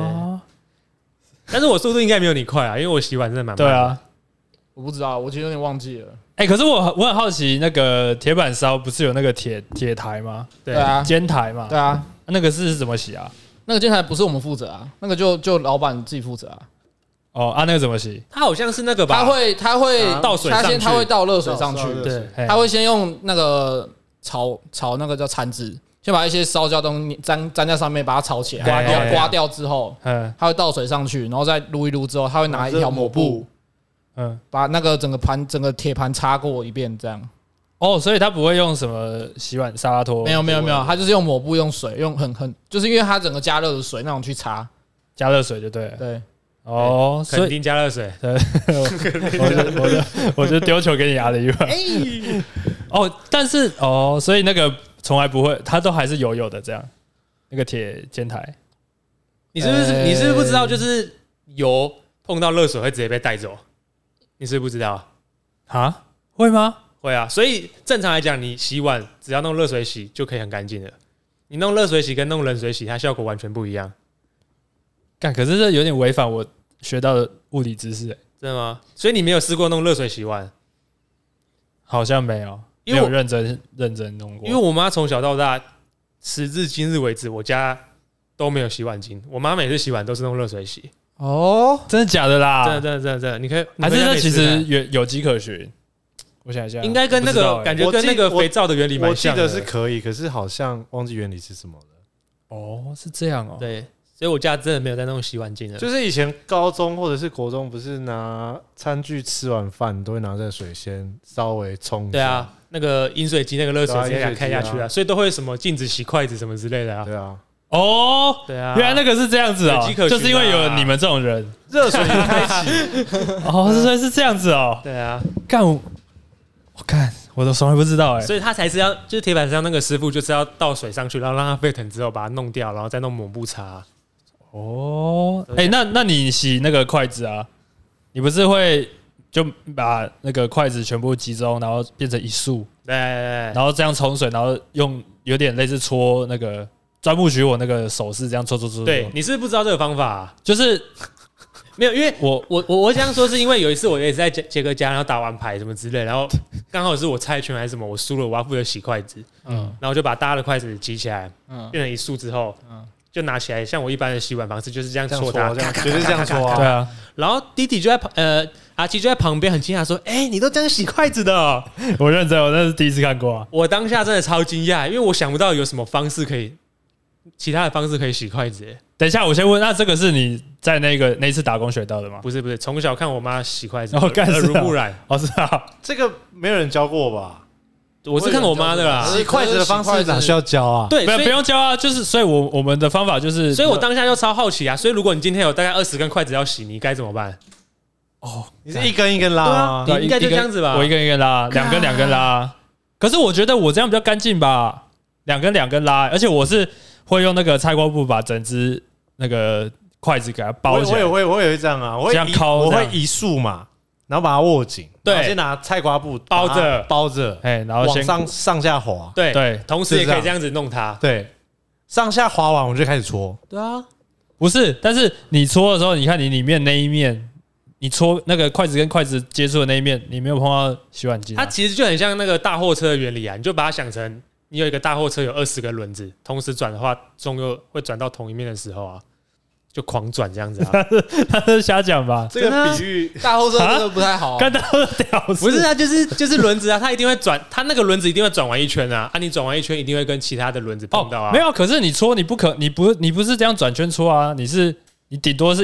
但是我速度应该没有你快因为我洗碗真的蛮慢的。 对啊， 我不知道，我其实有点忘记了。 可是我很好奇，那个铁板烧不是有那个铁台吗？ 对啊， 煎台嘛。 对啊， 那个是怎么洗啊？ 那个煎台不是我们负责啊，那个就老板自己负责啊。 哦啊，那个怎么洗？ 它好像是那个吧？ 它会倒水上去， 它会倒热水上去， 对， 它会先用那个炒那个叫铲子，先把一些烧焦东西粘在上面，把它炒起来，刮掉之后，它会倒水上去，然后再撸一撸之后，它会拿一条抹布，把那个整个铁盘擦过一遍，这样。 哦，所以它不会用什么洗碗沙拉拖？ 没有，它就是用抹布，用水，用就是因为它整个加热的水那种去擦， 加热水就对了。 对。 哦， 肯定加热水。 对，我就丢球给你阿里吧。哦，但是哦，所以那个从来不会，它都还是油的这样。那个铁煎台， 你是不是不知道？就是油碰到热水会直接被带走，你是不是不知道啊？会吗？ 会啊。所以正常来讲，你洗碗只要弄热水洗就可以很干净了。你弄热水洗跟弄冷水洗，它效果完全不一样。 可是这有点违反我学到的物理知识， 真的吗？所以你没有试过弄热水洗碗？ 好像没有，没有认真弄过。 因为我妈从小到大，时至今日为止，我家都没有洗碗巾。我妈每次洗碗都是用热水洗。 哦，真的假的啦？ 真的，你可以， 还是这其实有迹可循。我想一下， 应该跟那个感觉跟那个肥皂的原理蛮像的。 我记得是可以，可是好像忘记原理是什么了。 哦，是这样哦。 对。所以我家真的没有在弄洗碗巾了。 就是以前高中或者是国中，不是拿餐具吃完饭都会拿热水先稍微冲一下。 对啊，那个饮水机那个热水直接开下去啊，所以都会什么禁止洗筷子什么之类的啊。 对啊， 哦，对啊，原来那个是这样子哦，就是因为有你们这种人， 热水开启。 哦，所以是这样子哦。 对啊， 我都从来不知道所以他才是要，就是铁板上那个师傅就是要倒水上去，然后让它沸腾之后把它弄掉，然后再弄抹布擦。 哦，那你洗那个筷子啊？你不是会就把那个筷子全部集中，然后变成一束， 对， 然后这样冲水，然后用有点类似搓那个钻木取火那个手势，这样搓。 对，你是不是不知道这个方法？ 就是没有，因为我这样说是因为有一次我也是在杰哥家，然后打完牌什么之类，然后刚好是我猜拳还是什么，我输了，我要负责洗筷子，然后就把大家的筷子集起来，变成一束之后，就拿起来，像我一般的洗碗方式，就是这样搓它， 就是这样搓啊。 对啊， 然后弟弟就在阿奇就在旁边很惊讶说：“你都这样洗筷子的哦？” 我认真，我那是第一次看过啊。 我当下真的超惊讶，因为我想不到有什么方式可以，其他的方式可以洗筷子。 等一下，我先问，那这个是你在那次打工学到的吗？ 不是，从小看我妈洗筷子， 耳濡目染。 哦，是啊， 这个没有人教过吧？ 我是看我妈的啦。 洗筷子的方式哪需要教啊？ 对， 不用教啊，就是所以我们的方法就是， 所以我当下就超好奇啊。所以如果你今天有大概20根筷子要洗，你该怎么办？ 哦，你是一根一根拉吗？ 对，应该就这样子吧。 我一根一根拉，2根拉。可是我觉得我这样比较干净吧，2根拉，而且我是会用那个菜瓜布把整只那个筷子给它包起来。 我也会这样啊，我会移束嘛。然后把它握紧，对，先拿菜瓜布包着， 然后往上下滑， 对，同时也可以这样子弄它， 对，上下滑完我就开始搓， 对啊， 不是，但是你搓的时候，你看你里面那一面，你搓那个筷子跟筷子接触的那一面，你没有碰到洗碗机， 它其实就很像那个大货车的原理啊，你就把它想成你有一个大货车有20个轮子，同时转的话，终究会转到同一面的时候啊。就狂转这样子啊， 他是瞎讲吧？ 这个比喻大后车真的不太好， 干大后屌丝不是啊，就是轮子啊，它一定会转，它那个轮子一定会转完一圈啊，你转完一圈一定会跟其他的轮子碰到啊。 没有，可是你搓你不是这样转圈搓啊，你顶多是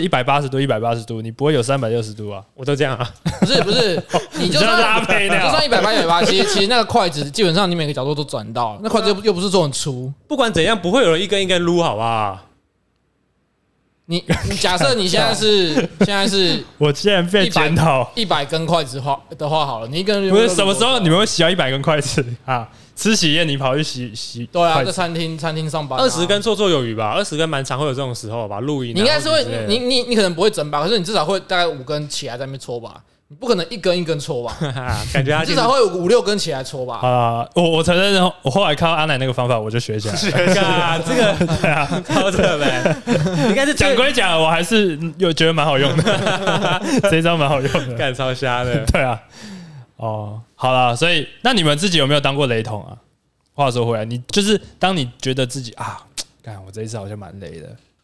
180度，你不会有360度啊。 我都这样啊， 不是，你就算拉胚那样， 就算180，其实那个筷子基本上你每个角度都转到，那筷子又不是做很粗， 不管怎样不会有人一根一根撸，好不好？ 你假设你现在是， 我竟然被检讨 100根筷子的话好了，你一根不是什么时候你们会洗到100根筷子啊？吃喜宴你跑去洗？ 对啊，在餐厅上班 ，20根绰绰有余吧，20根蛮常会有这种时候吧。录音， 你应该是会，你可能不会整把，可是你至少会大概5根起来在那边搓吧。你不可能一根一根搓吧？ 感觉他至少会5、6根起来搓吧？ 啊，我承认，我后来看到阿奶那个方法，我就学起来了。 这个对啊，超扯呗！应该是讲归讲，我还是有觉得蛮好用的，这一招蛮好用的， 干超瞎的。 对啊，哦，好啦，所以那你们自己有没有当过雷同啊？话说回来，你就是当你觉得自己啊，干我这一次好像蛮雷的，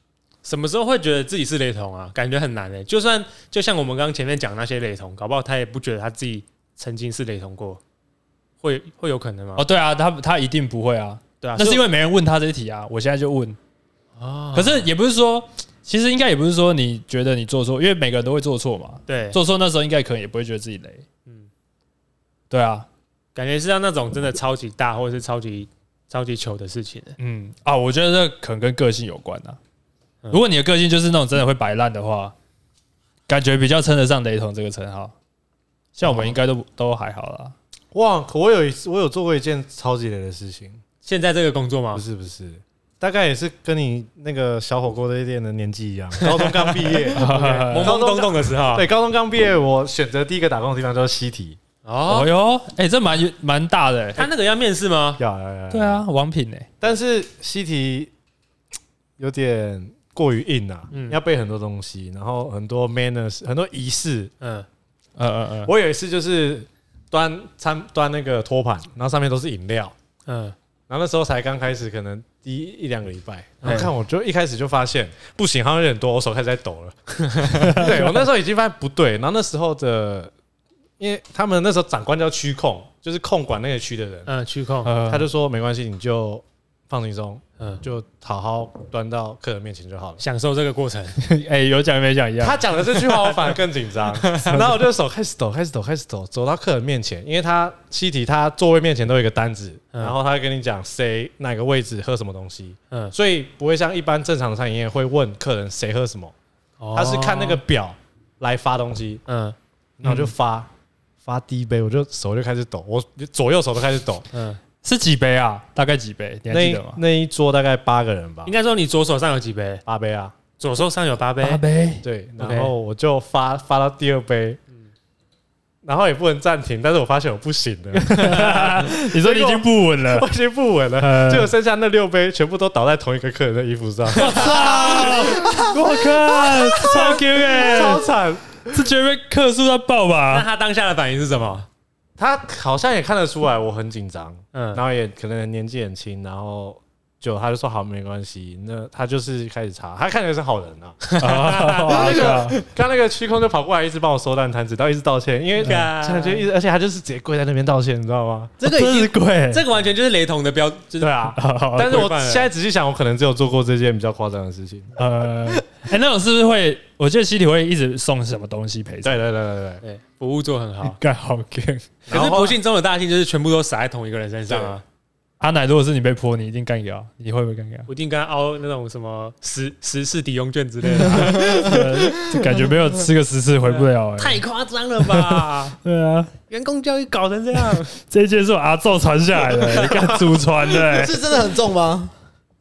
什么时候会觉得自己是雷同啊？感觉很难就像我们刚刚前面讲那些雷同，搞不好他也不觉得他自己曾经是雷同过，会有可能吗？ 对啊，他一定不会啊。对啊，那是因为没人问他这一题啊，我现在就问。可是也不是说，其实应该也不是说你觉得你做错，因为每个人都会做错嘛。对，做错那时候应该可能也不会觉得自己雷。对啊， 感觉是像那种真的超级大或者是超级糗的事情。 我觉得这可能跟个性有关啊。如果你的个性就是那种真的会摆烂的话，感觉比较称得上雷同这个称号。像我们应该都还好啦。 哇，我有做过一件超级雷的事情。 现在这个工作吗？ 不是，大概也是跟你那个小火锅的店的年纪一样，高中刚毕业， 懵懵懂懂的时候。 对，高中刚毕业，我选择第一个打工的地方就是西提。 哦哟，这蛮大的。 他那个要面试吗？ 要。 对啊，王品但是西提有点过于硬啊，要背很多东西，然后很多 manners， 很多仪式。我有一次就是端那个托盘，然后上面都是饮料。然后那时候才刚开始，可能第一2个礼拜，然后看我就一开始就发现不行，好像有点多，我手开始在抖了。对，我那时候已经发现不对，然后那时候因为他们那时候长官叫区控，就是控管那个区的人。 区控， 他就说没关系，你就放轻松，就好好端到客人面前就好了， 享受这个过程。 有讲没讲一样。 他讲的这句话，我反而更紧张。然后我就手开始抖，走到客人面前，因为他西提他座位面前都有一个单子，然后他会跟你讲谁哪个位置喝什么东西，所以不会像一般正常的餐饮业会问客人谁喝什么，他是看那个表来发东西。然后我就发第一杯，我就手就开始抖，我左右手都开始抖。 是几杯啊？大概几杯？你还记得吗？ 那一桌大概8个人吧。 应该说你左手上有几杯 ？8杯啊， 左手上有8杯。 8杯， 对。然后我就发到第2杯，然后也不能暂停，但是我发现我不行了。 你说你已经不稳了， 我已经不稳了，结果剩下那6杯全部都倒在同一个客人的衣服上。 我靠，超 Q 超惨， 这绝对被客诉到爆吧？ 那他当下的反应是什么？ 他好像也看得出来我很紧张，然后也可能年纪很轻，然后他就说好没关系，那他就是开始查，他看起来是好人啊。刚那个区控就跑过来一直帮我收烂摊子，然后一直道歉，因为而且他就是直接跪在那边道歉，你知道吗？ 这个真是跪， 这个完全就是雷同的标， 对啊。但是我现在仔细想，我可能只有做过这件比较夸张的事情。 那种是不是会？我记得西体会一直送什么东西赔偿？ 对， 服务做很好， 干好干。 可是不幸中的大幸就是全部都撒在同一个人身上啊。 阿奶，如果是你被泼，你一定干掉，你会不会干掉？ 我一定跟他凹那种什么十次抵用券之类的。 这感觉没有吃个10次回不了， 太夸张了吧？ 对啊， 员工教育搞成这样， 这一件是我阿宙传下来的，你看祖传的， 是真的很重吗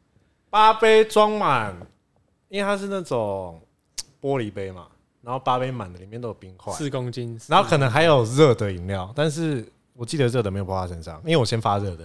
？8杯装满，因为它是那种玻璃杯嘛，然后8杯满的，里面都有冰块 ，4公斤， 然后可能还有热的饮料，但是我记得热的没有泼他身上，因为我先发热的。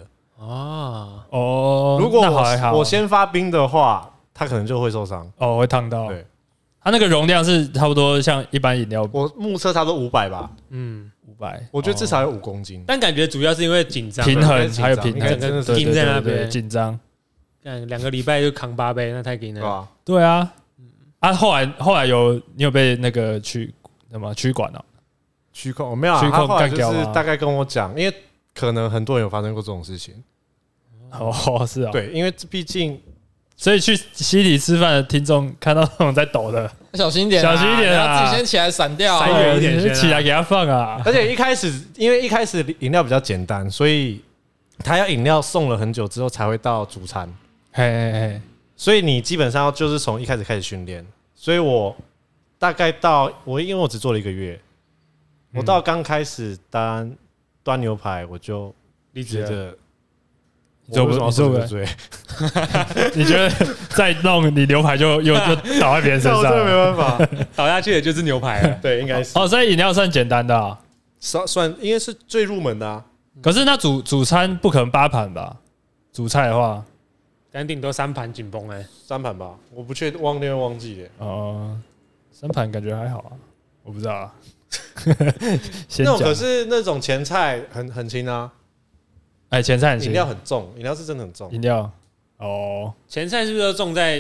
如果我先发冰的话，他可能就会受伤， 会烫到。 对， 它那个容量是差不多像一般饮料， 我目测差不多500吧 ，500， 我觉得至少有5公斤。 但感觉主要是因为紧张、 平衡，还有平衡， 真的是盯在那边紧张。 2个礼拜就扛8杯，那太紧了。 对啊，后来你有被那个驱管哦？ 驱控我没有，他后来就是大概跟我讲，因为可能很多人有发生过这种事情。 是啊， 对，因为毕竟， 所以去西体吃饭的听众看到那种在抖的， 小心一点， 小心一点啊！自己先起来闪掉， 闪远一点， 起来给他放啊！ 而且因为一开始饮料比较简单，所以他要饮料送了很久之后才会到主餐。所以你基本上就是从一开始训练。所以我大概因为我只做了1个月，我到刚开始端牛排我就离职了。 你做不对？你觉得再弄你牛排就又倒在别人身上？ 我真的没办法， 倒下去的就是牛排了。 对，应该是。 所以饮料算简单的啊， 算因为是最入门的啊。 可是那主餐不可能8盘吧？主菜的话， 但顶多3盘紧绷 3盘吧，我不确定，忘记了。 3盘感觉还好啊，我不知道啊。 那种可是那种前菜很轻啊。 前菜很轻， 饮料很重，饮料是真的很重。 饮料前菜是不是都重在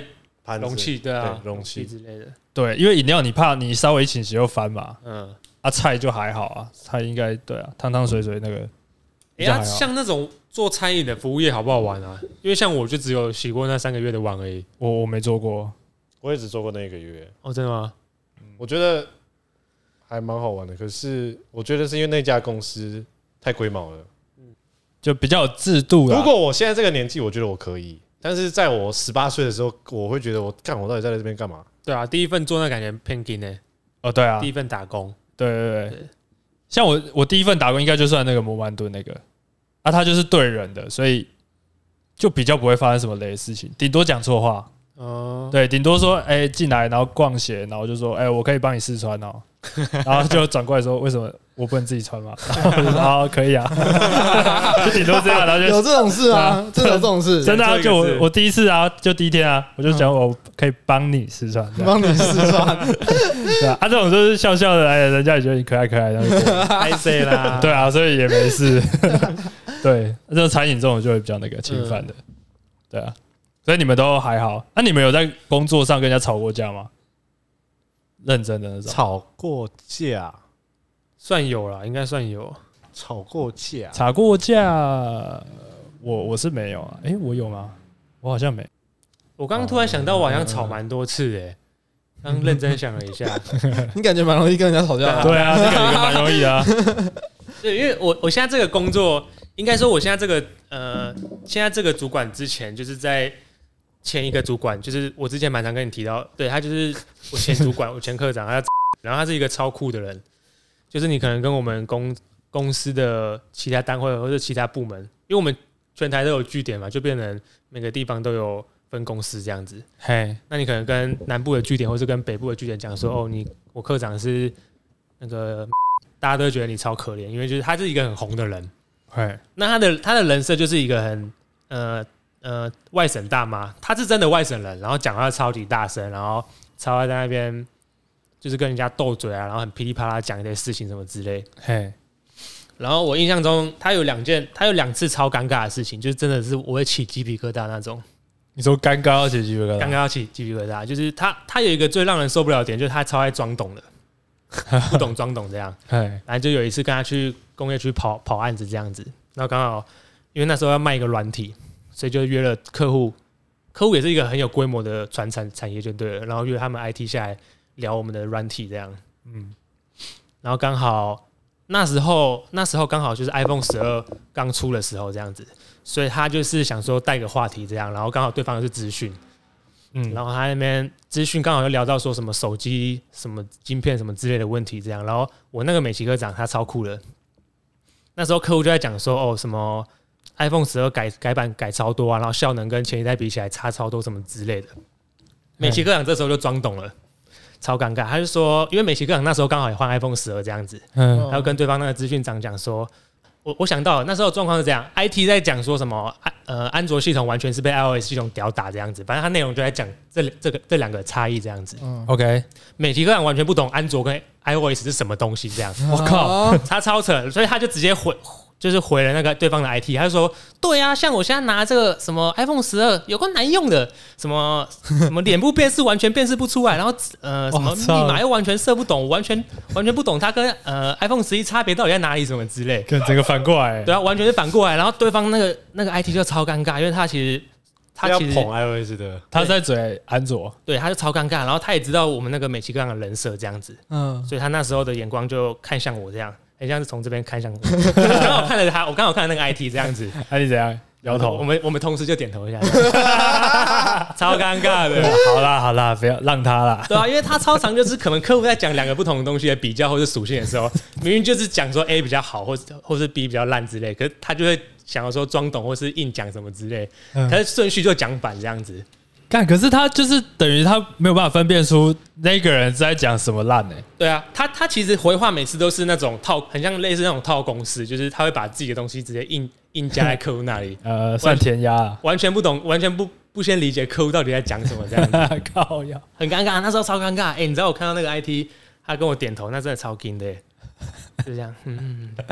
容器，对啊， 容器之类的。 对，因为饮料你怕你稍微倾斜又翻嘛。菜就还好啊，菜应该对啊，汤汤水水那个。 像那种做餐饮的服务业好不好玩啊？因为像我就只有洗过那3个月的碗而已。 我没做过， 我也只做过那1个月。 哦，真的吗？ 我觉得还蛮好玩的，可是我觉得是因为那家公司太龟毛了， 就比较有制度啦。 如果我现在这个年纪，我觉得我可以，但是在我18岁的时候，我会觉得我到底在这边干嘛？ 对啊，第一份做那感觉偏紧呢。 哦，对啊， 第一份打工， 对。像我第一份打工应该就算那个摩曼顿那个，他就是对人的，所以就比较不会发生什么雷的事情，顶多讲错话。对，顶多说进来然后逛鞋，然后就说我可以帮你试穿哦，然后就转过来说为什么我不能自己穿嘛？然后我就说可以啊，就顶多这样，然后就有这种事啊，真的有这种事， 真的啊，就我第一次啊，就第一天啊，我就讲我可以帮你试穿， 帮你试穿， 对啊，这种就是笑笑的，人家也觉得你可爱可爱，然后拍谁啦？ 对啊，所以也没事。对，这种餐饮这种就会比较那个侵犯的，对啊，所以你们都还好。那你们有在工作上跟人家吵过架吗？认真的那种吵过架， 算有啦，应该算有。 吵过架， 吵过架，我是没有啊。我有吗？我好像没。 我刚刚突然想到，我好像吵蛮多次的。刚认真想了一下， 你感觉蛮容易跟人家吵架的。 对啊，这个蛮容易的啊。 对，因为我现在这个工作，应该说我现在这个现在这个主管之前就是在前一个主管，就是我之前蛮常跟你提到，对他就是我前主管，我前科长，然后他是一个超酷的人，就是你可能跟我们公司的其他单位或者其他部门，因为我们全台都有据点嘛，就变成每个地方都有分公司这样子。那你可能跟南部的据点或是跟北部的据点讲说，我科长是那个，大家都会觉得你超可怜，因为就是他是一个很红的人。那他的人设就是一个很外省大妈，她是真的外省人，然后讲话超级大声，然后超爱在那边就是跟人家斗嘴啊，然后很噼里啪啦讲一些事情什么之类。然后我印象中他有2次超尴尬的事情，就是真的是我会起鸡皮疙瘩那种。 你说尴尬要起鸡皮疙瘩？ 尴尬要起鸡皮疙瘩，就是他有一个最让人受不了的点，就是他超爱装懂的，不懂装懂这样。然后就有一次跟他去工业区跑案子这样子，然后刚好因为那时候要卖一个软体，所以就约了客户也是一个很有规模的传产业就对了，然后约他们 IT 下来聊我们的软体这样。然后刚好那时候刚好就是 iPhone 12刚出的时候这样子，所以他就是想说带个话题这样，然后刚好对方是资讯，然后他那边资讯刚好又聊到说什么手机什么晶片什么之类的问题这样，然后我那个美琪科长他超酷的，那时候客户就在讲说什么 iPhone 12改版改超多啊，然后效能跟前一代比起来差超多什么之类的，美琪科长这时候就装懂了。超尴尬，他就说，因为美琪科长那时候刚好也换 iPhone 12这样子，他就跟对方那个资讯长讲说，我想到了那时候状况是这样 ，IT 在讲说什么，安卓系统完全是被 iOS 系统吊打这样子，反正他内容就在讲这两个差异这样子。 OK， 美琪科长完全不懂安卓跟 iOS 是什么东西这样， 我靠， 他超扯，所以他就直接回了那个对方的 IT， 他就说，对啊，像我现在拿这个什么 iPhone 12有够难用的，什么脸部辨识完全辨识不出来，然后什么密码又完全设不懂，完全不懂它跟iPhone 11差别到底在哪里什么之类， 跟整个反过来， 对啊，完全是反过来，然后对方那个 IT 就超尴尬，因为他其实要捧 iOS 的， 他在嘴安卓， 对，他就超尴尬，然后他也知道我们那个美琪科长的人设这样子，所以他那时候的眼光就看向我这样。很像是从这边看向我，刚好看了他，我刚好看了那个 IT 这样子 ，IT 怎样？摇头。 我们同事就点头一下，超尴尬的。 好啦，不要让他啦。 对啊，因为他超常就是可能客户在讲2个不同的东西的比较或者属性的时候，明明就是讲说 A 比较好，或是 B 比较烂之类，可是他就会想要说装懂或是硬讲什么之类，可是顺序就讲反这样子。 可是他就是等于他没有办法分辨出那个人在讲什么烂对啊，他其实回话每次都是那种很像类似那种套公式，就是他会把自己的东西直接硬加在客户那里， 算填鸭， 完全不懂，完全不先理解客户到底在讲什么这样子， 靠腰， 很尴尬，那时候超尴尬。你知道我看到那个 IT， 他跟我点头，那真的超劲的，就这样，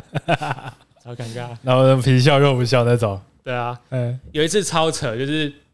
超尴尬， 然后皮笑肉不笑那种。 对啊，有一次超扯，就是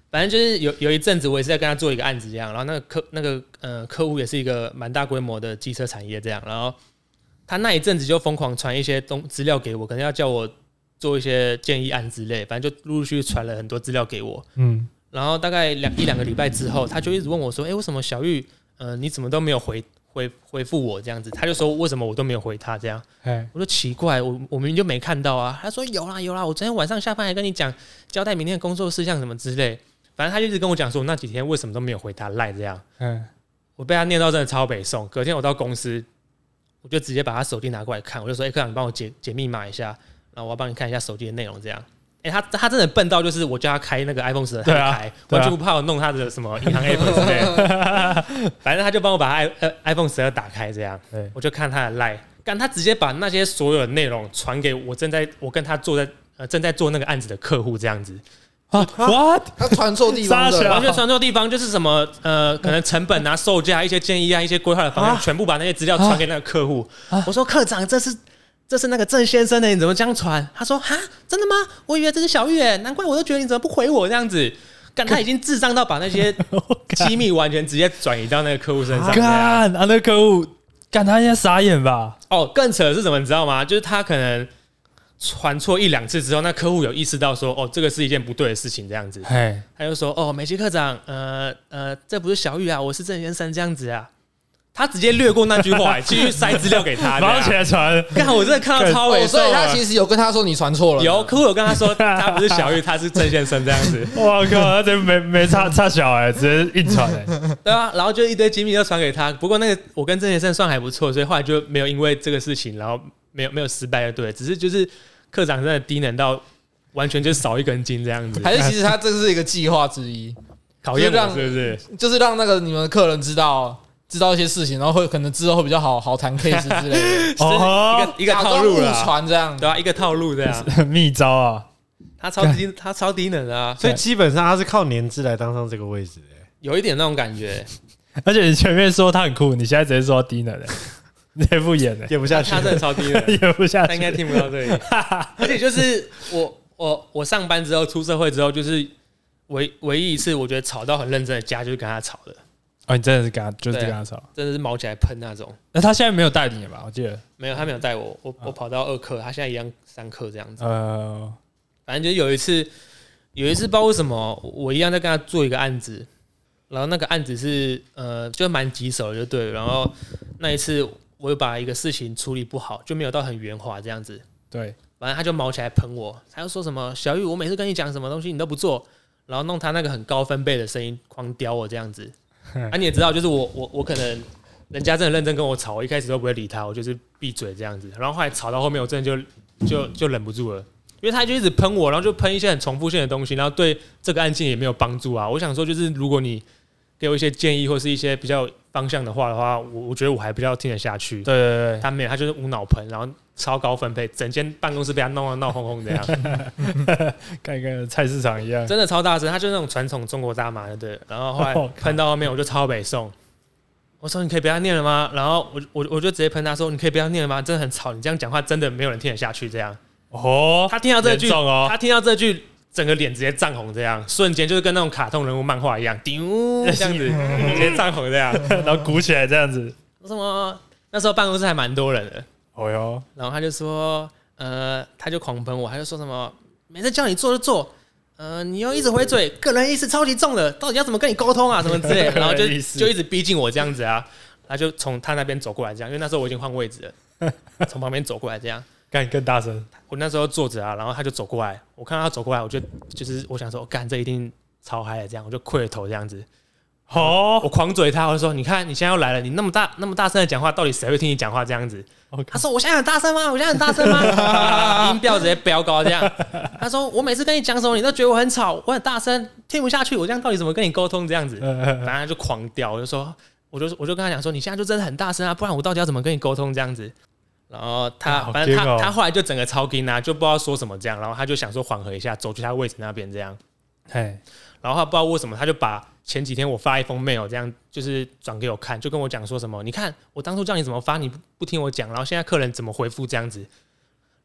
反正就是有一阵子我也是在跟他做一个案子这样，然后那个客户也是一个蛮大规模的机车产业这样，然后他那一阵子就疯狂传一些资料给我，可能要叫我做一些建议案之类，反正就陆陆续续传了很多资料给我。然后大概一两个礼拜之后，他就一直问我说：“为什么小玉，你怎么都没有回复我这样子？”他就说：“为什么我都没有回他这样？”我说：“奇怪，我明明就没看到啊。”他说：“有啦，我昨天晚上下班还跟你讲交代明天的工作事项什么之类。”反正他就一直跟我讲说，我那几天为什么都没有回他赖这样。我被他念到真的超北宋。隔天我到公司，我就直接把他手机拿过来看，我就说：“科长，你帮我解密码一下，然后我要帮你看一下手机的内容这样。”他真的笨到就是我叫他开那个 iPhone 10，他就开，完全不怕我弄他的什么银行 app 之类的。反正他就帮我把iPhone 12打开，这样，我就看他的 line， 他直接把那些所有的内容传给我跟他正在做那个案子的客户这样子。 What？ 他传错地方了， 完全传错地方，就是什么可能成本啊、售价、一些建议啊、一些规划的方向，全部把那些资料传给那个客户。我说科长，这是那个郑先生的，你怎么这样传？他说：“哈，真的吗？我以为这是小玉，难怪我都觉得你怎么不回我这样子。”他已经智障到把那些机密完全直接转移到那个客户身上。 那个客户，他应该傻眼吧？ 更扯的是什么？你知道吗？就是他可能传错1-2次之后，那客户有意识到说：“这个是一件不对的事情。”这样子，他就说：“美琪科长，这不是小玉啊，我是郑先生这样子啊。”他直接略过那句话，继续塞资料给他， 马上起来传。 刚我真的看到超猥琐， 所以他其实有跟他说你传错了。 有客户有跟他说他不是小玉，他是郑先生这样子。 我靠，他真没差小直接硬传对啊，然后就一堆机密都传给他。不过那个我跟郑先生算还不错，所以后来就没有因为这个事情，然后没有失败就对，只是就是科长真的低能到完全就少一根筋这样子。 还是其实他这是一个计划之一， 考验我是不是？ 就是让那个你们的客人知道一些事情，然后可能之后会比较好谈 case 之类的，一个套路啦， 传这样， 对吧？一个套路这样， 秘招啊！ 他超低能的啊！ 所以基本上他是靠年资来当上这个位置的， 有一点那种感觉。 而且你前面说他很酷，你现在直接说他低能的，你也不演了， 演不下去， 他真的超低能， 演不下去， 他应该听不到这里。而且就是我上班之后出社会之后，就是唯一一次我觉得吵到很认真的架，就是跟他吵的。 你真的是跟他吵， 真的是毛起来喷那种。 那他现在没有带你了吧？我记得没有，他没有带我，我跑到2课，他现在一样3课这样子。反正就是有一次不知道为什么，我一样在跟他做一个案子，然后那个案子是就蛮棘手的，就对了。然后那一次我又把一个事情处理不好，就没有到很圆滑这样子。 对， 反正他就毛起来喷我，他就说什么小玉，我每次跟你讲什么东西你都不做，然后弄他那个很高分贝的声音狂叼我这样子。你也知道，就是我可能人家真的认真跟我吵，我一开始都不会理他，我就是闭嘴这样子。然后后来吵到后面，我真的就忍不住了，因为他就一直喷我，然后就喷一些很重复性的东西，然后对这个案件也没有帮助啊。我想说，就是如果你给我一些建议或是一些比较方向的话，我觉得我还比较听得下去。 对， 他没有，他就是无脑喷，然后超高分配，整间办公室被他弄得闹哄哄这样， 跟菜市场一样， 真的超大声。他就是那种传统中国大妈，对。然后后来喷到后面，我就超北宋。我说你可以不要念了吗？然后我就直接喷他说你可以不要念了吗？真的很吵，你这样讲话真的没有人听得下去这样。他听到这句，他听到这句，整个脸直接涨红，这样瞬间就是跟那种卡通人物漫画一样，丢这样子，直接涨红这样， 然后鼓起来这样子。 什么？那时候办公室还蛮多人的。然后他就说，他就狂喷我，他就说什么，每次叫你做就做，你又一直回嘴，个人意识超级重的，到底要怎么跟你沟通啊，什么之类的，然后就一直逼近我这样子啊，他就从他那边走过来这样，因为那时候我已经换位置了，从旁边走过来这样， 干更大声。 我那时候坐着啊，然后他就走过来，我看到他走过来，就是我想说，干这一定超嗨的这样，我就跪着头这样子。我狂嘴他，我就说：“你看，你现在要来了，你那么大声的讲话，到底谁会听你讲话？这样子。” Okay. 他说：“我现在很大声吗？我现在很大声吗？”音调直接飙高这样。他说：“我每次跟你讲什么，你都觉得我很吵，我很大声，听不下去。我这样到底怎么跟你沟通？这样子，反正他就狂飙，我就说，我就跟他讲说，你现在就真的很大声啊，不然我到底要怎么跟你沟通？这样子。”然后反正他后来就整个超劲啊，就不知道说什么这样，然后他就想说缓和一下，走去他位置那边这样。然后他不知道为什么，他就把前几天我发一封 mail 这样，就是转给我看，就跟我讲说什么，你看我当初叫你怎么发，你不听我讲，然后现在客人怎么回复这样子。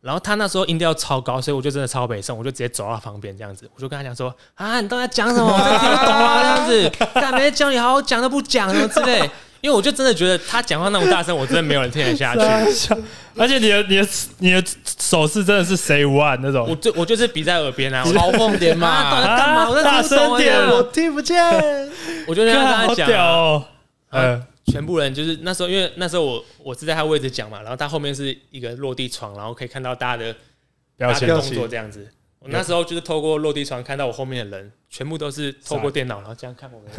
然后他那时候音调超高，所以我就真的超北宋，我就直接走到他旁边这样子，我就跟他讲说啊，你到底在讲什么？我真的听不懂啊，这样子，干没教你好好讲都不讲什么之类。因为我就真的觉得他讲话那么大声，我真的没有人听得下去。 而且你的手势真的是 say one 那种， 我就是比在耳边啊， 嘲讽点嘛， 到底干嘛？我在大声点， 我听不见。 我就跟他讲， 哦， 全部人就是那时候，因为那时候我是在他位置讲嘛，然后他后面是一个落地窗，然后可以看到大家的表情动作这样子。我那时候就是透过落地窗看到我后面的人，全部都是透过电脑，然后这样看我们，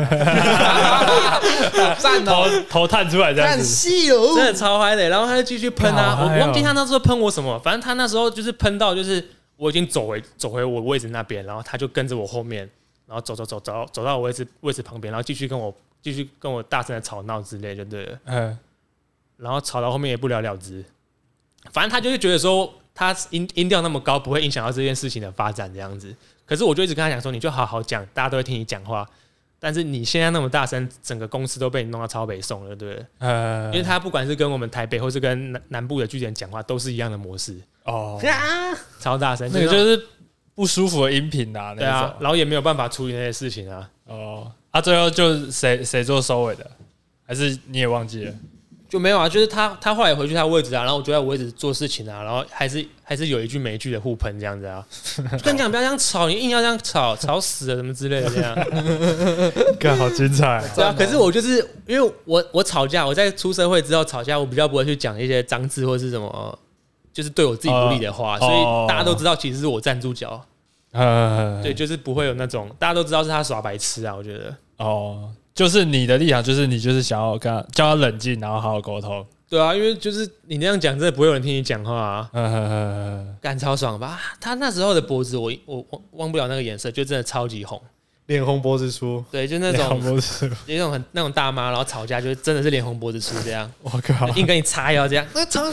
赞哦， 头探出来这样子， 看戏哦， 真的超嗨的。然后他就继续喷啊，我忘记他那时候喷我什么，反正他那时候就是喷到就是我已经走回我位置那边，然后他就跟着我后面，然后走到我位置旁边，然后继续跟我大声的吵闹之类，就对了。然后吵到后面也不了了之，反正他就是觉得说。他音调那么高，不会影响到这件事情的发展这样子。可是我就一直跟他讲说，你就好好讲，大家都会听你讲话。但是你现在那么大声，整个公司都被你弄到超北宋了，对不对？因为他不管是跟我们台北，或是跟南部的据点讲话，都是一样的模式。哦，超大声， 那个就是不舒服的音频啊。 对啊，然后也没有办法处理那些事情啊。 哦，最后就谁做收尾的，还是你也忘记了？ 就没有啊，就是他后来回去他位置啊，然后我就在我位置做事情啊，然后还是有一句没一句的互喷这样子啊。就跟你讲不要这样吵，你硬要这样吵死了什么之类的这样。 干好精彩。 对啊，可是我就是因为我吵架，我在出社会之后吵架，我比较不会去讲一些脏字或是什么，就是对我自己不利的话，所以大家都知道其实是我站住脚。对，就是不会有那种大家都知道是他耍白痴啊，我觉得。 就是你的立场，就是你就是想要叫他冷静，然后好好沟通。 对啊，因为就是你那样讲，真的不会有人听你讲话啊。干超爽吧？他那时候的脖子，我忘不了那个颜色，就真的超级红， 脸红脖子粗。 对，就那种有一种那种大妈，然后吵架就真的是脸红脖子粗这样。 我靠， 硬跟你叉腰这样，吵，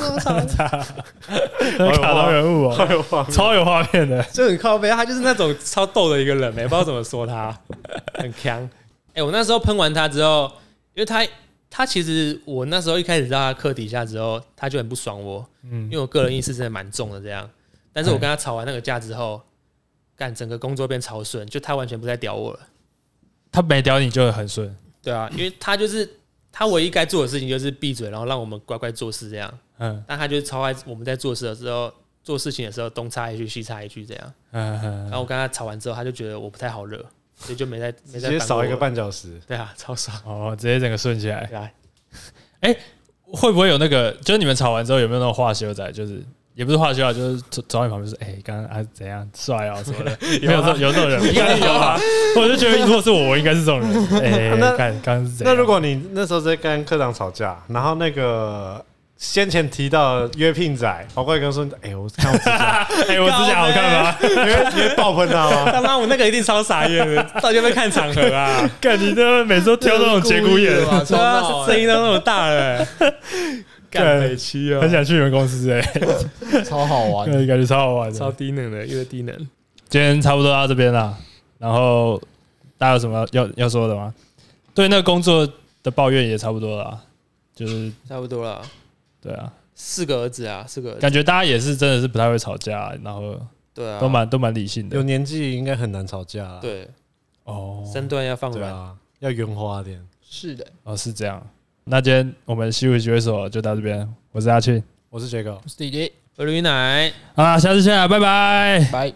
卡通人物哦，超有画面的， 就很靠背。他就是那种超逗的一个人，不知道怎么说他，很强。我那时候喷完他之后，因为他其实我那时候一开始在他课底下之后，他就很不爽我，因为我个人意识真的蛮重的这样。但是我跟他吵完那个架之后，干整个工作变超顺，就他完全不再屌我了。 他没屌你就很顺， 对啊，因为他就是他唯一该做的事情就是闭嘴，然后让我们乖乖做事这样。但他就是超爱我们在做事的时候、做事情的时候东插一句西插一句这样。然后我跟他吵完之后，他就觉得我不太好惹。所以就没再直接少一个半小时， 对啊，超爽直接整个顺起来。会不会有那个？就是你们吵完之后有没有那种化修仔？就是也不是化修啊，就是走你旁边说：“刚刚怎样帅啊什么的。”有这种人，应该有吧？我就觉得如果是我应该是这种人。刚刚是怎样？ 那如果你那时候在跟科长吵架，然后那个。先前提到约聘仔，跑过来跟我说：“我看我指甲， 我指甲好看吗？ 你会爆喷他吗？” 他妈，我那个一定超傻眼的，到底有没有看场合啊？ 干你这每次都挑那种节骨眼， 对啊，声音都那么大了，干北七哦， 很想去你们公司超好玩， 感觉超好玩的， 超低能的，越低能。 今天差不多到这边了，然后大家有什么要说的吗？对那个工作的抱怨也差不多了，就是差不多了。 对啊，4 个儿子啊，4个儿子， 感觉大家也是真的是不太会吵架，然后对啊， 都蛮理性的。 有年纪应该很难吵架。 对，身段要放软， 要圆滑点。 是的， 是这样。那今天我们西湖集会所就到这边，我是阿庆， 我是杰哥， 我是弟弟， 我是驴奶。 好啦，下次见，拜拜， 拜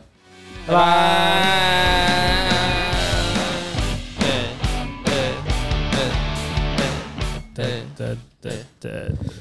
拜。对。